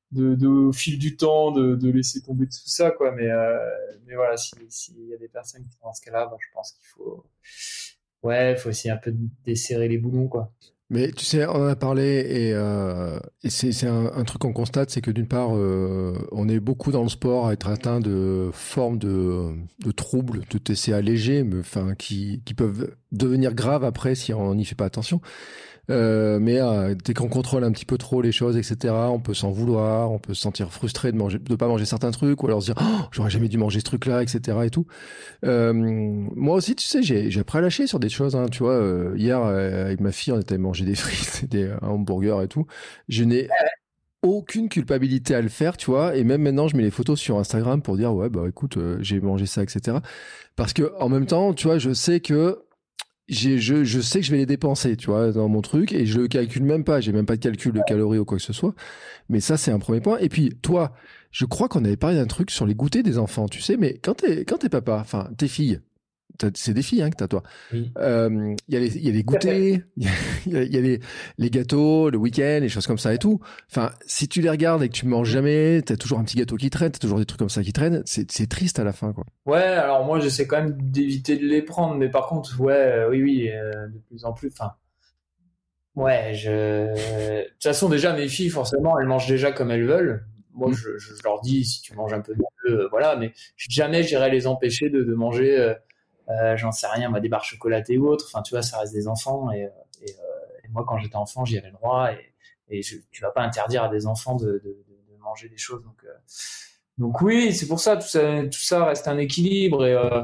au fil du temps de laisser tomber tout ça, quoi. Mais voilà, s'il y a des personnes qui sont dans ce cas-là, je pense qu'il faut, ouais, faut essayer un peu de desserrer les boulons, quoi. Mais tu sais, on en a parlé et c'est un truc qu'on constate, c'est que d'une part, on est beaucoup dans le sport à être atteint de formes de troubles, de TCA légers, mais enfin qui peuvent devenir graves après si on n'y fait pas attention. Mais dès qu'on contrôle un petit peu trop les choses, etc., on peut s'en vouloir, on peut se sentir frustré de pas manger certains trucs, ou alors se dire, oh, j'aurais jamais dû manger ce truc-là, etc. et tout. Moi aussi, tu sais, j'ai appris à lâcher sur des choses, hein, tu vois. Hier, avec ma fille, on était allé manger des frites, un hamburger et tout. Je n'ai aucune culpabilité à le faire, tu vois. Et même maintenant, je mets les photos sur Instagram pour dire, ouais, bah écoute, j'ai mangé ça, etc. Parce que en même temps, tu vois, je sais que je vais les dépenser, tu vois, dans mon truc, et je le calcule même pas. J'ai même pas de calcul de calories ou quoi que ce soit. Mais ça, c'est un premier point. Et puis, toi, je crois qu'on avait parlé d'un truc sur les goûters des enfants, tu sais, mais quand t'es papa, enfin, tes filles, c'est des filles, hein, que t'as, toi. Oui. Il y a les goûters, il y a les gâteaux, le week-end, les choses comme ça et tout. Enfin, si tu les regardes et que tu manges jamais, t'as toujours un petit gâteau qui traîne, t'as toujours des trucs comme ça qui traînent, c'est triste à la fin, quoi. Ouais, alors moi, j'essaie quand même d'éviter de les prendre, mais par contre, ouais, oui, de plus en plus, enfin, ouais, de toute façon, déjà, mes filles, forcément, elles mangent déjà comme elles veulent. Moi, je leur dis, si tu manges un peu mieux, voilà, mais jamais j'irai les empêcher de manger, j'en sais rien, moi, des barres chocolatées ou autres. Enfin, tu vois, ça reste des enfants. Et moi, quand j'étais enfant, j'y avais le droit. Tu vas pas interdire à des enfants de manger des choses. Donc oui, c'est pour ça, tout ça reste un équilibre.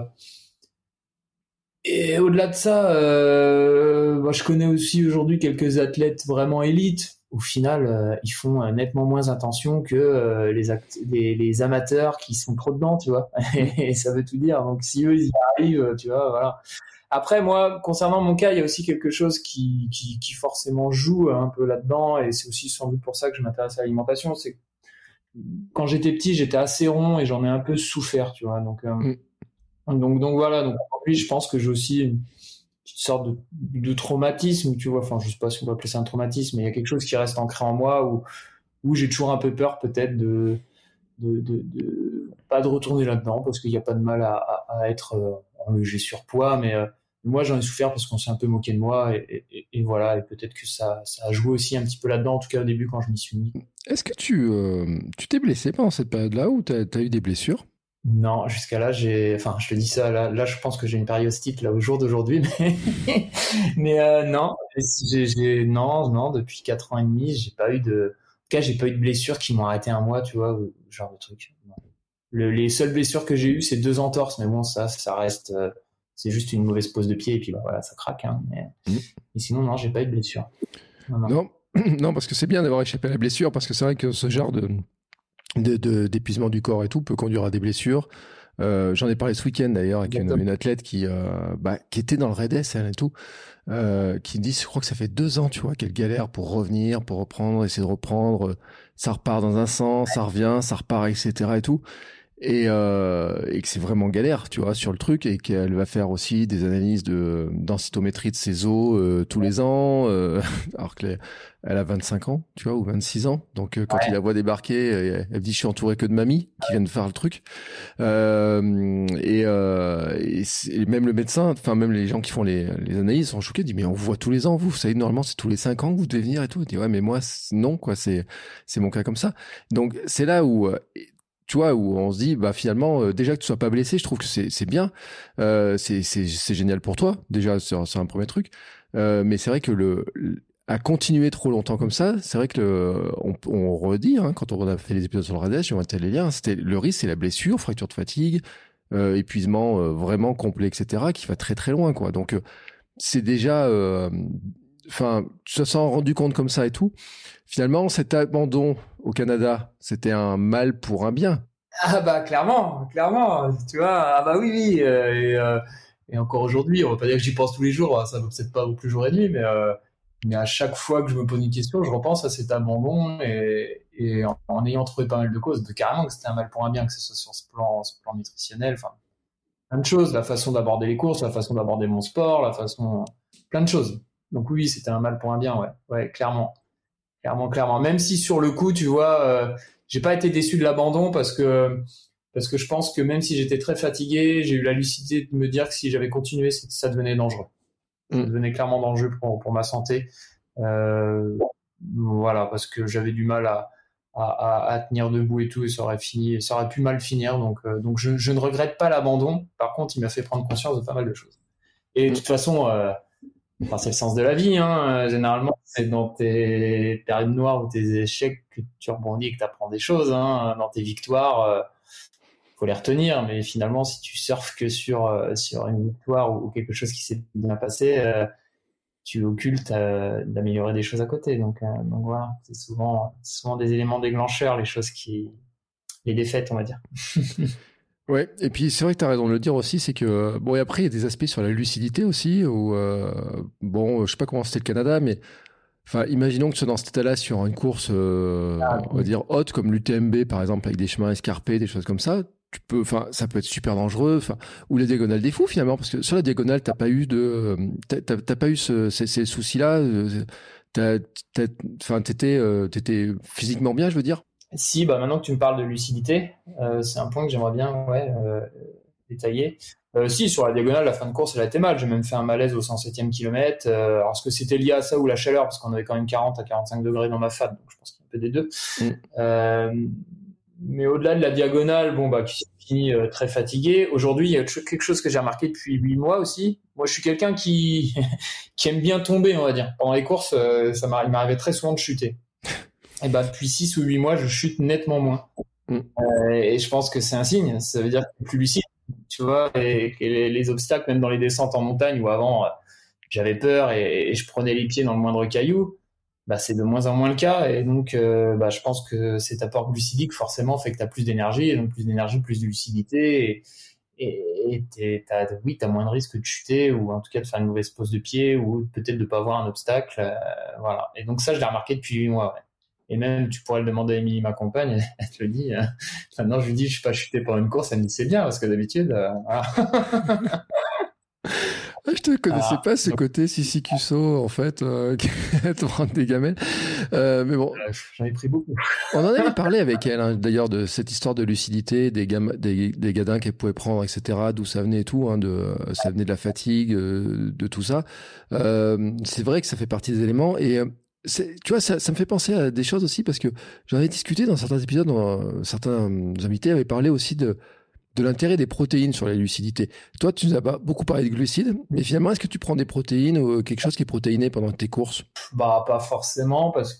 Et au-delà de ça, je connais aussi aujourd'hui quelques athlètes vraiment élites. Au final, ils font nettement moins attention que les amateurs qui sont trop dedans, tu vois. Et ça veut tout dire. Donc si eux, ils y arrivent, tu vois, voilà. Après, moi, concernant mon cas, il y a aussi quelque chose qui forcément joue un peu là-dedans. Et c'est aussi sans doute pour ça que je m'intéresse à l'alimentation. C'est que quand j'étais petit, j'étais assez rond et j'en ai un peu souffert, tu vois. Donc voilà, donc aujourd'hui, je pense que j'ai aussi une petite sorte de traumatisme, tu vois. Enfin, je sais pas si on peut appeler ça un traumatisme, mais il y a quelque chose qui reste ancré en moi où j'ai toujours un peu peur peut-être pas de retourner là-dedans parce qu'il n'y a pas de mal à être en léger surpoids, mais moi j'en ai souffert parce qu'on s'est un peu moqué de moi et voilà, et peut-être que ça a joué aussi un petit peu là-dedans, en tout cas au début quand je m'y suis mis. Est-ce que tu t'es blessé pendant cette période-là ou t'as eu des blessures? Non, jusqu'à là, enfin, je te dis ça, là, je pense que j'ai une périostite, là, au jour d'aujourd'hui, mais non, non, depuis 4 ans et demi, j'ai pas eu en tout cas, j'ai pas eu de blessures qui m'ont arrêté un mois, tu vois, ou ce genre de truc. Non. Les seules blessures que j'ai eues, c'est 2 entorses, mais bon, ça reste, c'est juste une mauvaise pose de pied, et puis, bah, voilà, ça craque, hein, mais sinon, non, j'ai pas eu de blessure. Non. Non, non, parce que c'est bien d'avoir échappé à la blessure, parce que c'est vrai que ce genre d'épuisement du corps et tout peut conduire à des blessures. J'en ai parlé ce week-end d'ailleurs avec une athlète qui était dans le RAID elle et tout, qui dit, je crois que ça fait 2 ans, tu vois, qu'elle galère pour revenir, pour reprendre, essayer de reprendre. Ça repart dans un sens, ça revient, ça repart, etc. et tout. Et que c'est vraiment galère, tu vois, sur le truc, et qu'elle va faire aussi des analyses de densitométrie de ses os tous les ans, alors qu'elle a 25 ans, tu vois, ou 26 ans. Donc quand il la voit débarquer, elle dit, je suis entouré que de mamies qui viennent faire le truc. Et même le médecin, enfin même les gens qui font les analyses sont choqués, disent, mais on vous voit tous les ans, vous savez, normalement c'est tous les 5 ans que vous devez venir et tout. Elle dit, ouais, mais moi, non, quoi, c'est mon cas comme ça. Donc c'est là où tu vois, où on se dit, bah finalement, déjà que tu sois pas blessé, je trouve que c'est bien, c'est génial pour toi. Déjà, c'est un premier truc. Mais c'est vrai que à continuer trop longtemps comme ça, c'est vrai que on redit, hein, quand on a fait les épisodes sur le radèche, on va mettre les liens, c'était le risque, c'est la blessure, fracture de fatigue, épuisement vraiment complet, etc., qui va très très loin, quoi. Donc c'est déjà, enfin, se s'en rendu compte comme ça et tout. Finalement, cet abandon au Canada, c'était un mal pour un bien. Ah bah clairement, tu vois, ah bah oui, et encore aujourd'hui, on va pas dire que j'y pense tous les jours, hein, ça va peut-être pas au plus jour et nuit, mais à chaque fois que je me pose une question, je repense à cet abandon et en ayant trouvé pas mal de causes, carrément que c'était un mal pour un bien, que ce soit sur ce plan nutritionnel, enfin plein de choses, la façon d'aborder les courses, la façon d'aborder mon sport, plein de choses. Donc oui, c'était un mal pour un bien, ouais, clairement. Clairement. Même si sur le coup, tu vois, j'ai pas été déçu de l'abandon parce que je pense que même si j'étais très fatigué, j'ai eu la lucidité de me dire que si j'avais continué, ça devenait dangereux. Ça devenait clairement dangereux pour ma santé. Voilà, parce que j'avais du mal à tenir debout et tout, et ça aurait pu mal finir. Donc je ne regrette pas l'abandon. Par contre, il m'a fait prendre conscience de pas mal de choses. Et de toute façon, c'est le sens de la vie, hein. Généralement, c'est dans tes périodes noires ou tes échecs que tu rebondis et que tu apprends des choses, hein. Dans tes victoires, faut les retenir, mais finalement, si tu surfes que sur une victoire ou quelque chose qui s'est bien passé, tu occultes d'améliorer des choses à côté. Donc voilà, c'est souvent des éléments déclencheurs, les défaites, on va dire. Ouais, et puis c'est vrai que tu as raison de le dire aussi, c'est que, bon, et après, il y a des aspects sur la lucidité aussi, où, bon, je sais pas comment c'était le Canada, mais, enfin, imaginons que tu sois dans cet état-là sur une course, on va dire, haute, comme l'UTMB, par exemple, avec des chemins escarpés, des choses comme ça, ça peut être super dangereux, ou la diagonale des fous, finalement, parce que sur la diagonale, t'as pas eu t'as pas eu ces soucis-là, t'étais physiquement bien, je veux dire. Si, maintenant que tu me parles de lucidité, c'est un point que j'aimerais bien détailler. Si, sur la diagonale, la fin de course, elle a été mal. J'ai même fait un malaise au 107e kilomètre. Alors, est-ce que c'était lié à ça ou la chaleur? Parce qu'on avait quand même 40 à 45 degrés dans ma FAD, donc je pense qu'il y a un peu des deux. Mais au-delà de la diagonale, qui s'est fini très fatigué. Aujourd'hui, il y a quelque chose que j'ai remarqué depuis 8 mois aussi. Moi, je suis quelqu'un qui aime bien tomber, on va dire. Pendant les courses, il m'arrivait très souvent de chuter. Et depuis 6 ou 8 mois, je chute nettement moins. Et je pense que c'est un signe. Ça veut dire que je suis plus lucide, tu vois, et que les obstacles, même dans les descentes en montagne, où avant, j'avais peur et je prenais les pieds dans le moindre caillou, c'est de moins en moins le cas. Et donc, je pense que cet apport glucidique, forcément, fait que tu as plus d'énergie. Et donc, plus d'énergie, plus de lucidité. Et t'as moins de risque de chuter, ou en tout cas de faire une mauvaise pose de pied, ou peut-être de pas avoir un obstacle. Voilà. Et donc, ça, je l'ai remarqué depuis 8 mois, ouais. Et même, tu pourrais le demander à Émilie, ma compagne, elle te le dit. Maintenant, je lui dis, je suis pas chuté pendant une course, elle me dit, c'est bien, parce que d'habitude, voilà. Je te connaissais pas ce côté Sissi Cusso, en fait, qui te rend des gamelles. Mais bon. J'en ai pris beaucoup. On en avait parlé avec elle, hein, d'ailleurs, de cette histoire de lucidité, des gadins qu'elle pouvait prendre, etc., d'où ça venait et tout, hein, ça venait de la fatigue, de tout ça. C'est vrai que ça fait partie des éléments, et tu vois, ça me fait penser à des choses aussi, parce que j'en avais discuté dans certains épisodes, certains invités avaient parlé aussi de l'intérêt des protéines sur la lucidité. Toi, tu nous as beaucoup parlé de glucides, mais finalement, est-ce que tu prends des protéines ou quelque chose qui est protéiné pendant tes courses? Pas forcément, parce que,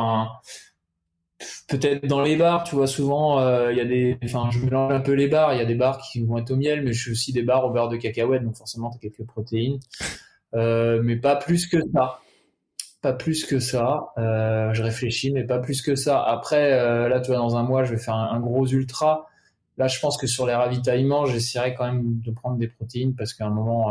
peut-être dans les bars, tu vois, souvent, je mélange un peu les bars. Il y a des bars qui vont être au miel, mais je fais aussi des bars au beurre de cacahuète, donc forcément, tu as quelques protéines. Mais pas plus que ça. Pas plus que ça. Je réfléchis, mais pas plus que ça. Après, là, tu vois, dans un mois, je vais faire un gros ultra. Là, je pense que sur les ravitaillements, j'essaierai quand même de prendre des protéines, parce qu'à un moment,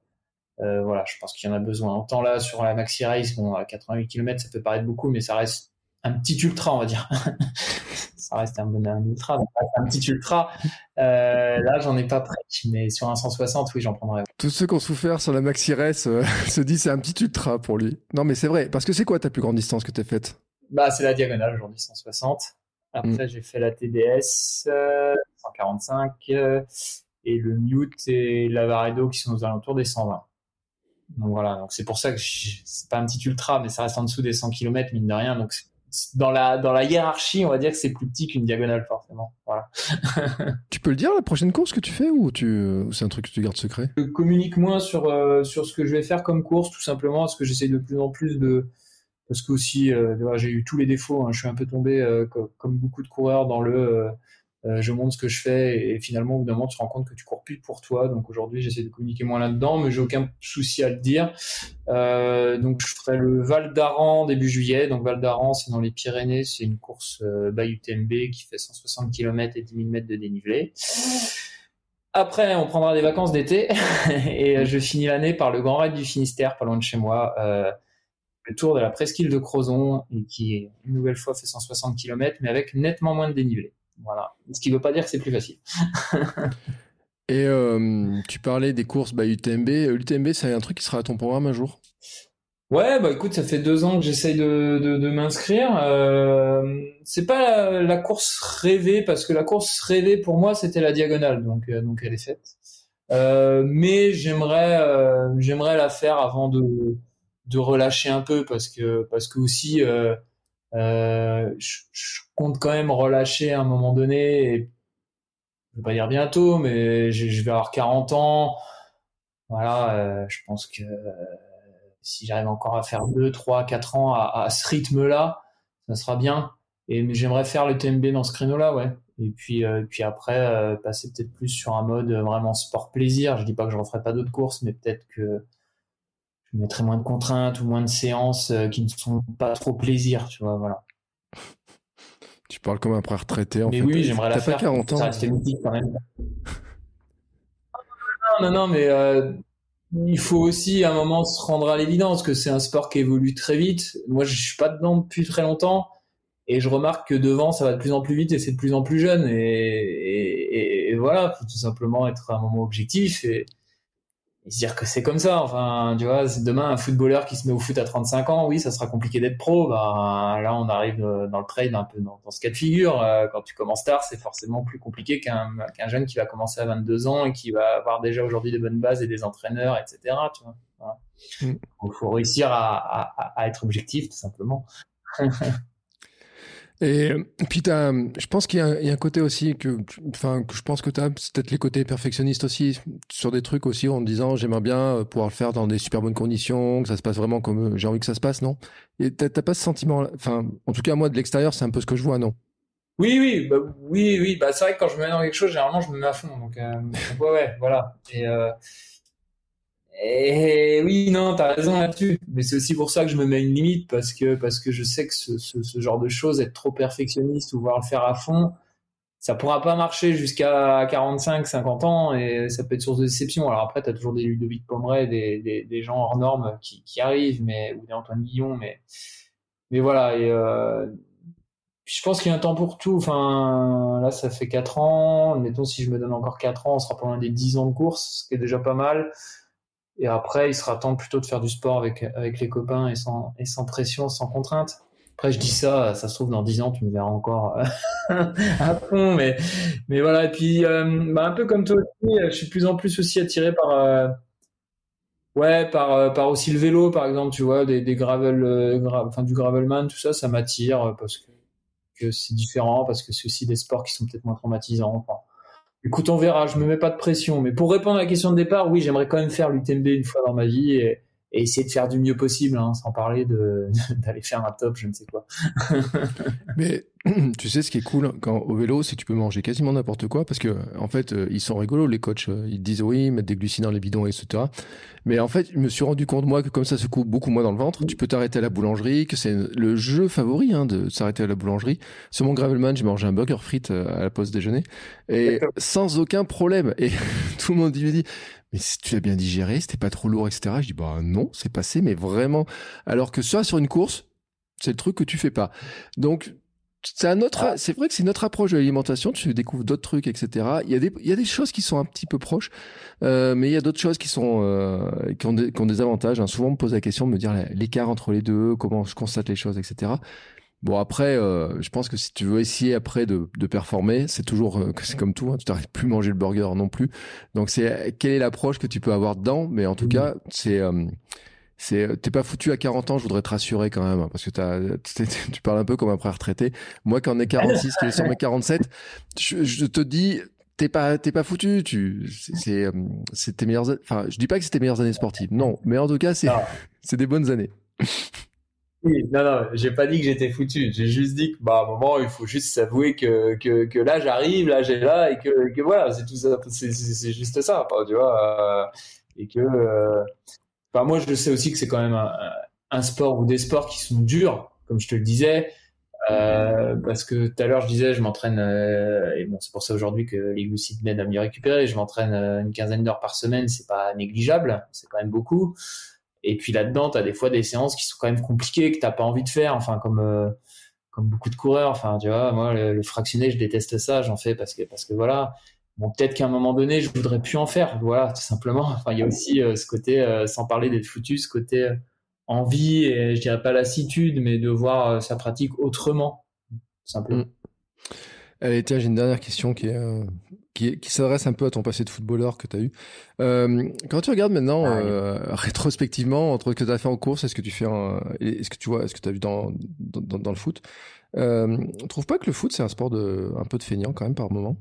je pense qu'il y en a besoin. Autant là, sur la Maxi Race, à 88 km, ça peut paraître beaucoup, mais ça reste un petit ultra, on va dire. Ça reste un ultra, mais un petit ultra. Là, j'en ai pas prêt, mais sur un 160, oui, j'en prendrai. Tous ceux qui ont souffert sur la Maxi Race se disent c'est un petit ultra pour lui. Non, mais c'est vrai, parce que c'est quoi ta plus grande distance que tu as faite? C'est la diagonale aujourd'hui, 160. Après, j'ai fait la TDS 145 et le Mute et l'Avaredo qui sont aux alentours des 120. Donc voilà, donc c'est pour ça que c'est pas un petit ultra, mais ça reste en dessous des 100 km, mine de rien. Donc dans la hiérarchie, on va dire que c'est plus petit qu'une diagonale, forcément. Voilà. Tu peux le dire, la prochaine course que tu fais, ou c'est un truc que tu gardes secret? Je communique moins sur ce que je vais faire comme course, tout simplement, parce que j'essaie de plus en plus parce que aussi, j'ai eu tous les défauts, hein. Je suis un peu tombé, comme beaucoup de coureurs, dans je montre ce que je fais, et finalement, au bout d'un moment, tu te rends compte que tu cours plus pour toi. Donc aujourd'hui, j'essaie de communiquer moins là-dedans, mais j'ai aucun souci à le dire. Donc je ferai le Val d'Aran début juillet. Donc Val d'Aran, c'est dans les Pyrénées, c'est une course by UTMB qui fait 160 km et 10 000 mètres de dénivelé. Après, on prendra des vacances d'été et je finis l'année par le Grand Raid du Finistère, pas loin de chez moi. Le tour de la presqu'île de Crozon, et qui, une nouvelle fois, fait 160 km, mais avec nettement moins de dénivelé. Voilà. Ce qui ne veut pas dire que c'est plus facile. Et tu parlais des courses UTMB. L'UTMB, c'est un truc qui sera à ton programme un jour? Ouais, bah écoute, ça fait 2 ans que j'essaye de m'inscrire. C'est pas la course rêvée, parce que la course rêvée pour moi c'était la diagonale, donc elle est faite. Mais j'aimerais la faire avant de relâcher un peu, parce que aussi je compte quand même relâcher à un moment donné. Et je vais pas dire bientôt, mais je vais avoir 40 ans. Voilà, je pense que si j'arrive encore à faire 2, 3, 4 ans à ce rythme-là, ça sera bien. Mais j'aimerais faire le TMB dans ce créneau-là, ouais. Et puis après, passer peut-être plus sur un mode vraiment sport plaisir. Je dis pas que je referai pas d'autres courses, mais peut-être que je mettrai moins de contraintes ou moins de séances qui ne sont pas trop plaisir, tu vois, voilà. Tu parles comme un pré-retraité, en Mais fait. oui, j'aimerais la T'as pas faire. 40 Ça ans. reste mythique quand même. Non, non, non, mais il faut aussi à un moment se rendre à l'évidence que c'est un sport qui évolue très vite. Moi, je suis pas dedans depuis très longtemps. Et je remarque que devant, ça va de plus en plus vite et c'est de plus en plus jeune. Et voilà, faut tout simplement être à un moment objectif et se dire que c'est comme ça. Enfin, tu vois, c'est demain un footballeur qui se met au foot à 35 ans, oui, ça sera compliqué d'être pro. Ben, là, on arrive dans le trail un peu dans ce cas de figure. Quand tu commences tard, c'est forcément plus compliqué qu'un jeune qui va commencer à 22 ans et qui va avoir déjà aujourd'hui des bonnes bases et des entraîneurs, etc. Tu vois. Voilà. Mm. Donc, faut réussir à être objectif, tout simplement. Et puis je pense qu'il y a un côté aussi que je pense que t'as, c'est peut-être les côtés perfectionnistes aussi, sur des trucs aussi en disant j'aimerais bien pouvoir le faire dans des super bonnes conditions, que ça se passe vraiment comme j'ai envie que ça se passe, non? Et t'as pas ce sentiment, enfin, en tout cas moi de l'extérieur c'est un peu ce que je vois, non? Oui, oui, oui, bah, c'est vrai que quand je me mets dans quelque chose, généralement, je me mets à fond. Donc ouais, voilà. Et oui, non, t'as raison là-dessus. Mais c'est aussi pour ça que je me mets une limite, parce que je sais que ce genre de choses, être trop perfectionniste ou vouloir le faire à fond, ça pourra pas marcher jusqu'à 45, 50 ans, et ça peut être source de déception. Alors après, t'as toujours des Ludovic Pomeray, des gens hors normes qui arrivent, ou des Antoine Guillon, mais voilà. Je pense qu'il y a un temps pour tout. Enfin, là, ça fait 4 ans. Mettons, si je me donne encore 4 ans, on sera pas loin des 10 ans de course, ce qui est déjà pas mal. Et après, il sera temps plutôt de faire du sport avec les copains et sans pression, sans contrainte. Après, je dis ça, ça se trouve, dans 10 ans, tu me verras encore à fond. Mais voilà. Et puis, bah, un peu comme toi aussi, je suis de plus en plus aussi attiré par aussi le vélo, par exemple, tu vois, des gravel, enfin, du gravelman, tout ça, ça m'attire parce que c'est différent, parce que c'est aussi des sports qui sont peut-être moins traumatisants. Enfin, écoute, on verra, je me mets pas de pression. Mais pour répondre à la question de départ, oui, j'aimerais quand même faire l'UTMB une fois dans ma vie et essayer de faire du mieux possible, hein, sans parler d'aller faire un top, je ne sais quoi. Mais tu sais ce qui est cool quand au vélo, c'est que tu peux manger quasiment n'importe quoi parce que en fait ils sont rigolos les coachs, ils te disent oui mettre des glucides dans les bidons etc. Mais en fait je me suis rendu compte moi que comme ça se coupe beaucoup moins dans le ventre, tu peux t'arrêter à la boulangerie, que c'est le jeu favori hein, de s'arrêter à la boulangerie. Sur mon gravelman j'ai mangé un burger frites à la pause déjeuner et sans aucun problème et tout le monde me dit mais si tu l'as bien digéré, c'était pas trop lourd etc. Je dis bah non c'est passé mais vraiment alors que ça sur une course c'est le truc que tu fais pas. Donc, c'est vrai que c'est notre approche de l'alimentation. Tu découvres d'autres trucs, etc. Il y a des choses qui sont un petit peu proches, mais il y a d'autres choses qui ont des avantages. Hein. Souvent, on me pose la question de me dire l'écart entre les deux, comment je constate les choses, etc. Bon, après, je pense que si tu veux essayer après de performer, c'est toujours, c'est comme tout, hein, tu t'arrêtes plus manger le burger non plus. Donc, quelle est l'approche que tu peux avoir dedans, mais en tout cas, t'es pas foutu à 40 ans, je voudrais te rassurer quand même, hein, parce que tu parles un peu comme un frère retraité. Moi, quand on est 46, qui est sur mes 47, je te dis, t'es pas foutu, c'est tes meilleures années, enfin, je dis pas que c'est tes meilleures années sportives, non, mais en tout cas, Ah, c'est des bonnes années. oui, non, non, j'ai pas dit que j'étais foutu. J'ai juste dit que, bah, à un moment, il faut juste s'avouer que là, j'arrive, là, j'ai là, et que voilà, c'est tout ça, c'est juste ça, enfin, tu vois, et que, enfin, moi, je sais aussi que c'est quand même un sport ou des sports qui sont durs, comme je te le disais, parce que tout à l'heure, je disais, je m'entraîne, et bon, c'est pour ça aujourd'hui que les glucides m'aident à mieux récupérer. Je m'entraîne une quinzaine d'heures par semaine, c'est pas négligeable, c'est quand même beaucoup. Et puis là-dedans, tu as des fois des séances qui sont quand même compliquées, que t'as pas envie de faire, enfin, comme beaucoup de coureurs. Enfin, tu vois, moi, le fractionné, je déteste ça, j'en fais parce que voilà. Bon, peut-être qu'à un moment donné, je voudrais plus en faire, voilà, tout simplement. Enfin, il y a aussi ce côté, sans parler d'être foutu, ce côté envie et je dirais pas lassitude, mais de voir sa pratique autrement, simplement. Allez, tiens, j'ai une dernière question qui s'adresse un peu à ton passé de footballeur que tu as eu. Quand tu regardes maintenant, rétrospectivement, entre ce que tu as fait en course et ce que tu fais et ce que tu vois, ce que tu as vu dans le foot, on trouve pas que le foot, c'est un sport un peu de feignant quand même par moment?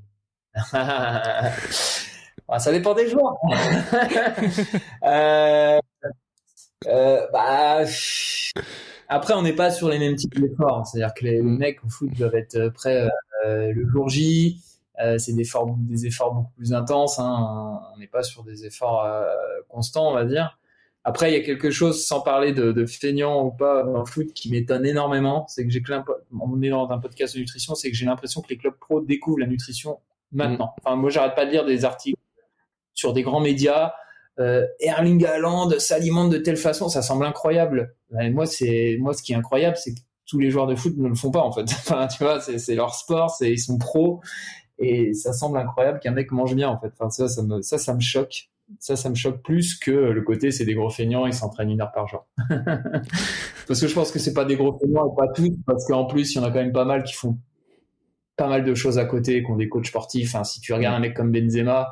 Ça dépend des joueurs. euh, bah, après, on n'est pas sur les mêmes types d'efforts. C'est-à-dire que les mecs au foot doivent être prêts le jour J. C'est des efforts beaucoup plus intenses. Hein. On n'est pas sur des efforts constants, on va dire. Après, il y a quelque chose, sans parler de feignant ou pas dans le foot, qui m'étonne énormément. C'est que on est dans un podcast de nutrition, c'est que j'ai l'impression que les clubs pro découvrent la nutrition maintenant. Enfin, moi, j'arrête pas de lire des articles sur des grands médias. Erling Haaland s'alimente de telle façon, ça semble incroyable. Et moi, ce qui est incroyable, c'est que tous les joueurs de foot ne le font pas en fait. Enfin, tu vois, c'est leur sport, ils sont pros, et ça semble incroyable qu'un mec mange bien en fait. Enfin, ça me choque. Ça me choque plus que le côté c'est des gros feignants, ils s'entraînent 1 heure par jour. Parce que je pense que c'est pas des gros feignants et pas tous, parce qu'en plus il y en a quand même pas mal qui font pas mal de choses à côté, qui ont des coachs sportifs. Enfin, si tu regardes un mec comme Benzema,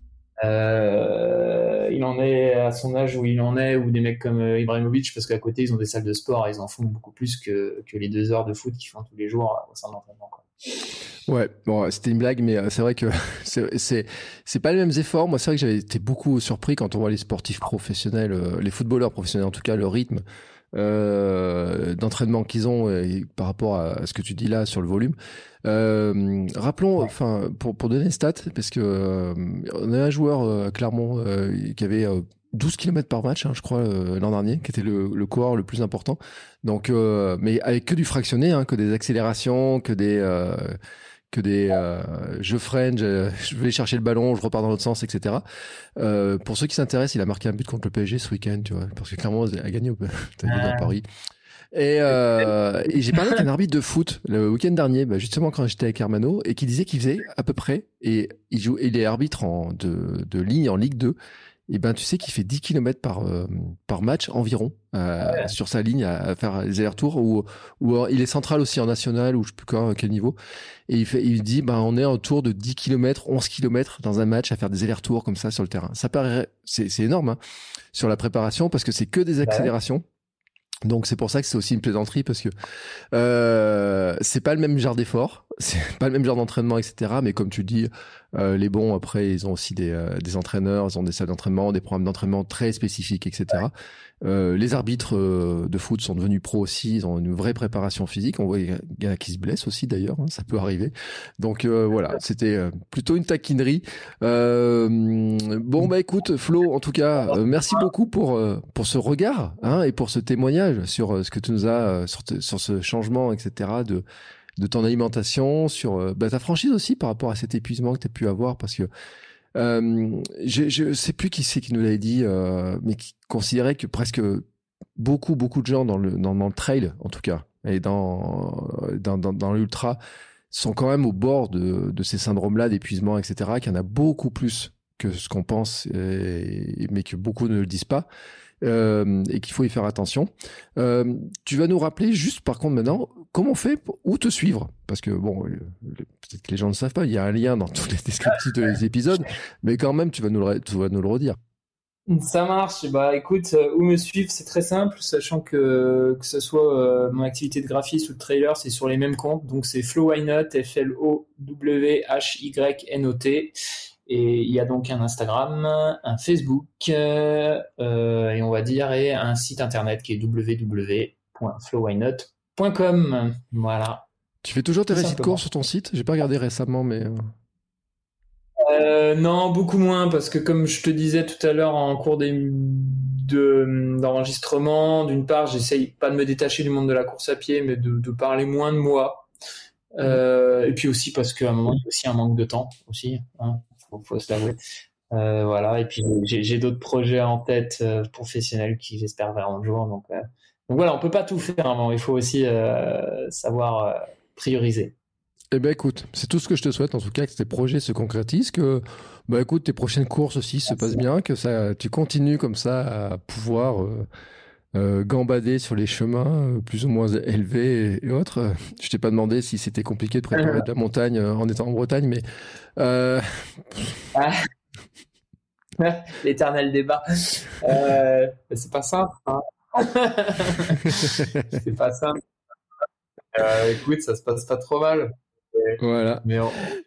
il en est à son âge où il en est, ou des mecs comme Ibrahimovic, parce qu'à côté ils ont des salles de sport et ils en font beaucoup plus que les 2 heures de foot qu'ils font tous les jours au sein de l'entraînement. Ouais, bon, c'était une blague, mais c'est vrai que c'est pas les mêmes efforts. Moi, c'est vrai que j'avais été beaucoup surpris quand on voit les sportifs professionnels, les footballeurs professionnels en tout cas, le rythme d'entraînement qu'ils ont par rapport à ce que tu dis là sur le volume. Rappelons, enfin, pour donner les stats, parce que on a un joueur à Clermont qui avait 12 km par match, hein, je crois, l'an dernier, qui était le coureur le plus important. Donc, mais avec que du fractionné, hein, que des accélérations, que des je freine, je vais chercher le ballon, je repars dans l'autre sens, etc. Pour ceux qui s'intéressent, il a marqué un but contre le PSG ce week-end, tu vois, parce que clairement, il a gagné à Paris. Et j'ai parlé avec un arbitre de foot le week-end dernier, justement quand j'étais avec Hermano, et qui disait qu'il faisait à peu près, et il est arbitre de ligne en Ligue 2, et tu sais qu'il fait 10 km par match environ sur sa ligne à faire les allers-retours, ou il est central aussi en national, ou je sais plus quel niveau, et il dit on est autour de 10 km, 11 km dans un match à faire des allers-retours comme ça sur le terrain. Ça paraît, c'est énorme hein, sur la préparation, parce que c'est que des accélérations. Donc c'est pour ça que c'est aussi une plaisanterie, parce que c'est pas le même genre d'effort, c'est pas le même genre d'entraînement, etc. Mais comme tu dis, les bons après ils ont aussi des entraîneurs, ils ont des salles d'entraînement, des programmes d'entraînement très spécifiques, etc. Les arbitres de foot sont devenus pros aussi, ils ont une vraie préparation physique. On voit il y en a qui se blessent aussi d'ailleurs, hein, ça peut arriver. Donc voilà, c'était plutôt une taquinerie. Bon écoute Flo, en tout cas merci beaucoup pour ce regard hein, et pour ce témoignage sur ce que tu nous as sur ce changement, etc. de ton alimentation, sur ta franchise aussi par rapport à cet épuisement que tu as pu avoir, parce que je sais plus qui c'est qui nous l'avait dit, mais qui considérait que presque beaucoup de gens dans le trail en tout cas, et dans l'ultra, sont quand même au bord de ces syndromes-là d'épuisement, etc., qu'il y en a beaucoup plus que ce qu'on pense, mais que beaucoup ne le disent pas, et qu'il faut y faire attention. Tu vas nous rappeler juste par contre maintenant comment on fait où te suivre, parce que bon, peut-être que les gens ne savent pas, il y a un lien dans tous les descriptifs des épisodes, mais quand même tu vas nous le redire. Ça marche. Écoute, où me suivre, c'est très simple, sachant que ce soit mon activité de graphiste ou de trailer, c'est sur les mêmes comptes. Donc c'est Flow Why Not, FLOWHYNOT. Et il y a donc un Instagram, un Facebook, et on va dire, et un site internet qui est www.flowwhynot.com. Voilà. Tu fais toujours tes récits de course sur ton site? J'ai pas regardé récemment, mais... Non, beaucoup moins, parce que comme je te disais tout à l'heure en cours d'enregistrement, d'une part, j'essaye pas de me détacher du monde de la course à pied, mais de parler moins de moi. Et puis aussi parce qu'à un moment, il y a aussi un manque de temps aussi, hein, faut se l'avouer. Voilà. Et puis j'ai d'autres projets en tête professionnels qui j'espère verront le jour. Donc voilà, on peut pas tout faire. Hein, il faut aussi savoir prioriser. Eh ben écoute, c'est tout ce que je te souhaite en tout cas, que tes projets se concrétisent, que écoute, tes prochaines courses aussi se passent bien, que tu continues comme ça à pouvoir gambader sur les chemins plus ou moins élevés et autres. Je t'ai pas demandé si c'était compliqué de préparer de la montagne en étant en Bretagne, mais l'éternel débat. C'est pas simple. Hein. C'est pas simple. Écoute, ça se passe pas trop mal. Voilà. Mais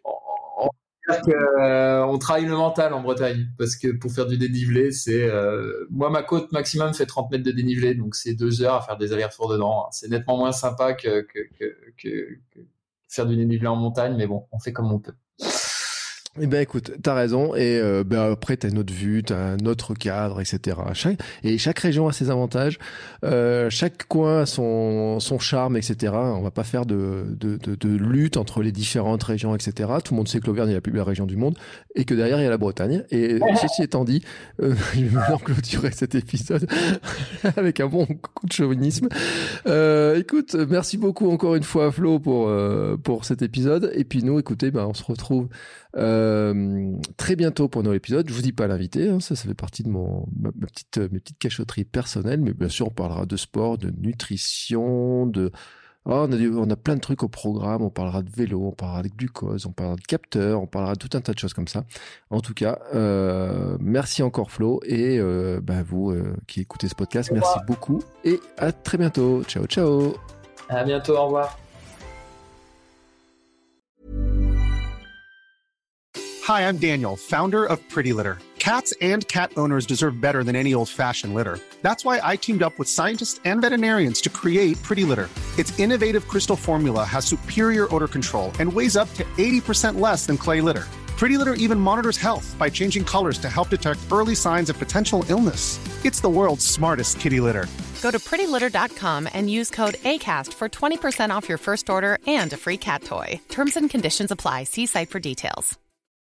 on travaille le mental en Bretagne parce que pour faire du dénivelé, c'est moi ma côte maximum fait 30 mètres de dénivelé, donc c'est 2 heures à faire des allers-retours dedans. C'est nettement moins sympa que faire du dénivelé en montagne, mais bon, on fait comme on peut. Eh ben écoute, t'as raison, et après t'as une autre vue, t'as un autre cadre, etc. Chaque région a ses avantages, chaque coin a son charme, etc. On va pas faire de lutte entre les différentes régions, etc. Tout le monde sait que l'Auvergne est la plus belle région du monde, et que derrière il y a la Bretagne. Et ceci étant dit, je vais maintenant clôturer cet épisode avec un bon coup de chauvinisme. Écoute, merci beaucoup encore une fois Flo pour cet épisode. Et puis nous, écoutez, on se retrouve très bientôt pour un nouvel épisode. Je vous dis pas l'invité, hein, ça fait partie de mes petites cachotteries personnelles, mais bien sûr on parlera de sport, de nutrition, on a plein de trucs au programme. On parlera de vélo, on parlera de glucose, on parlera de capteurs, on parlera de tout un tas de choses comme ça. En tout cas, merci encore Flo, et vous qui écoutez ce podcast, merci beaucoup et à très bientôt. Ciao ciao. À bientôt, au revoir. Hi, I'm Daniel, founder of Pretty Litter. Cats and cat owners deserve better than any old-fashioned litter. That's why I teamed up with scientists and veterinarians to create Pretty Litter. Its innovative crystal formula has superior odor control and weighs up to 80% less than clay litter. Pretty Litter even monitors health by changing colors to help detect early signs of potential illness. It's the world's smartest kitty litter. Go to prettylitter.com and use code ACAST for 20% off your first order and a free cat toy. Terms and conditions apply. See site for details.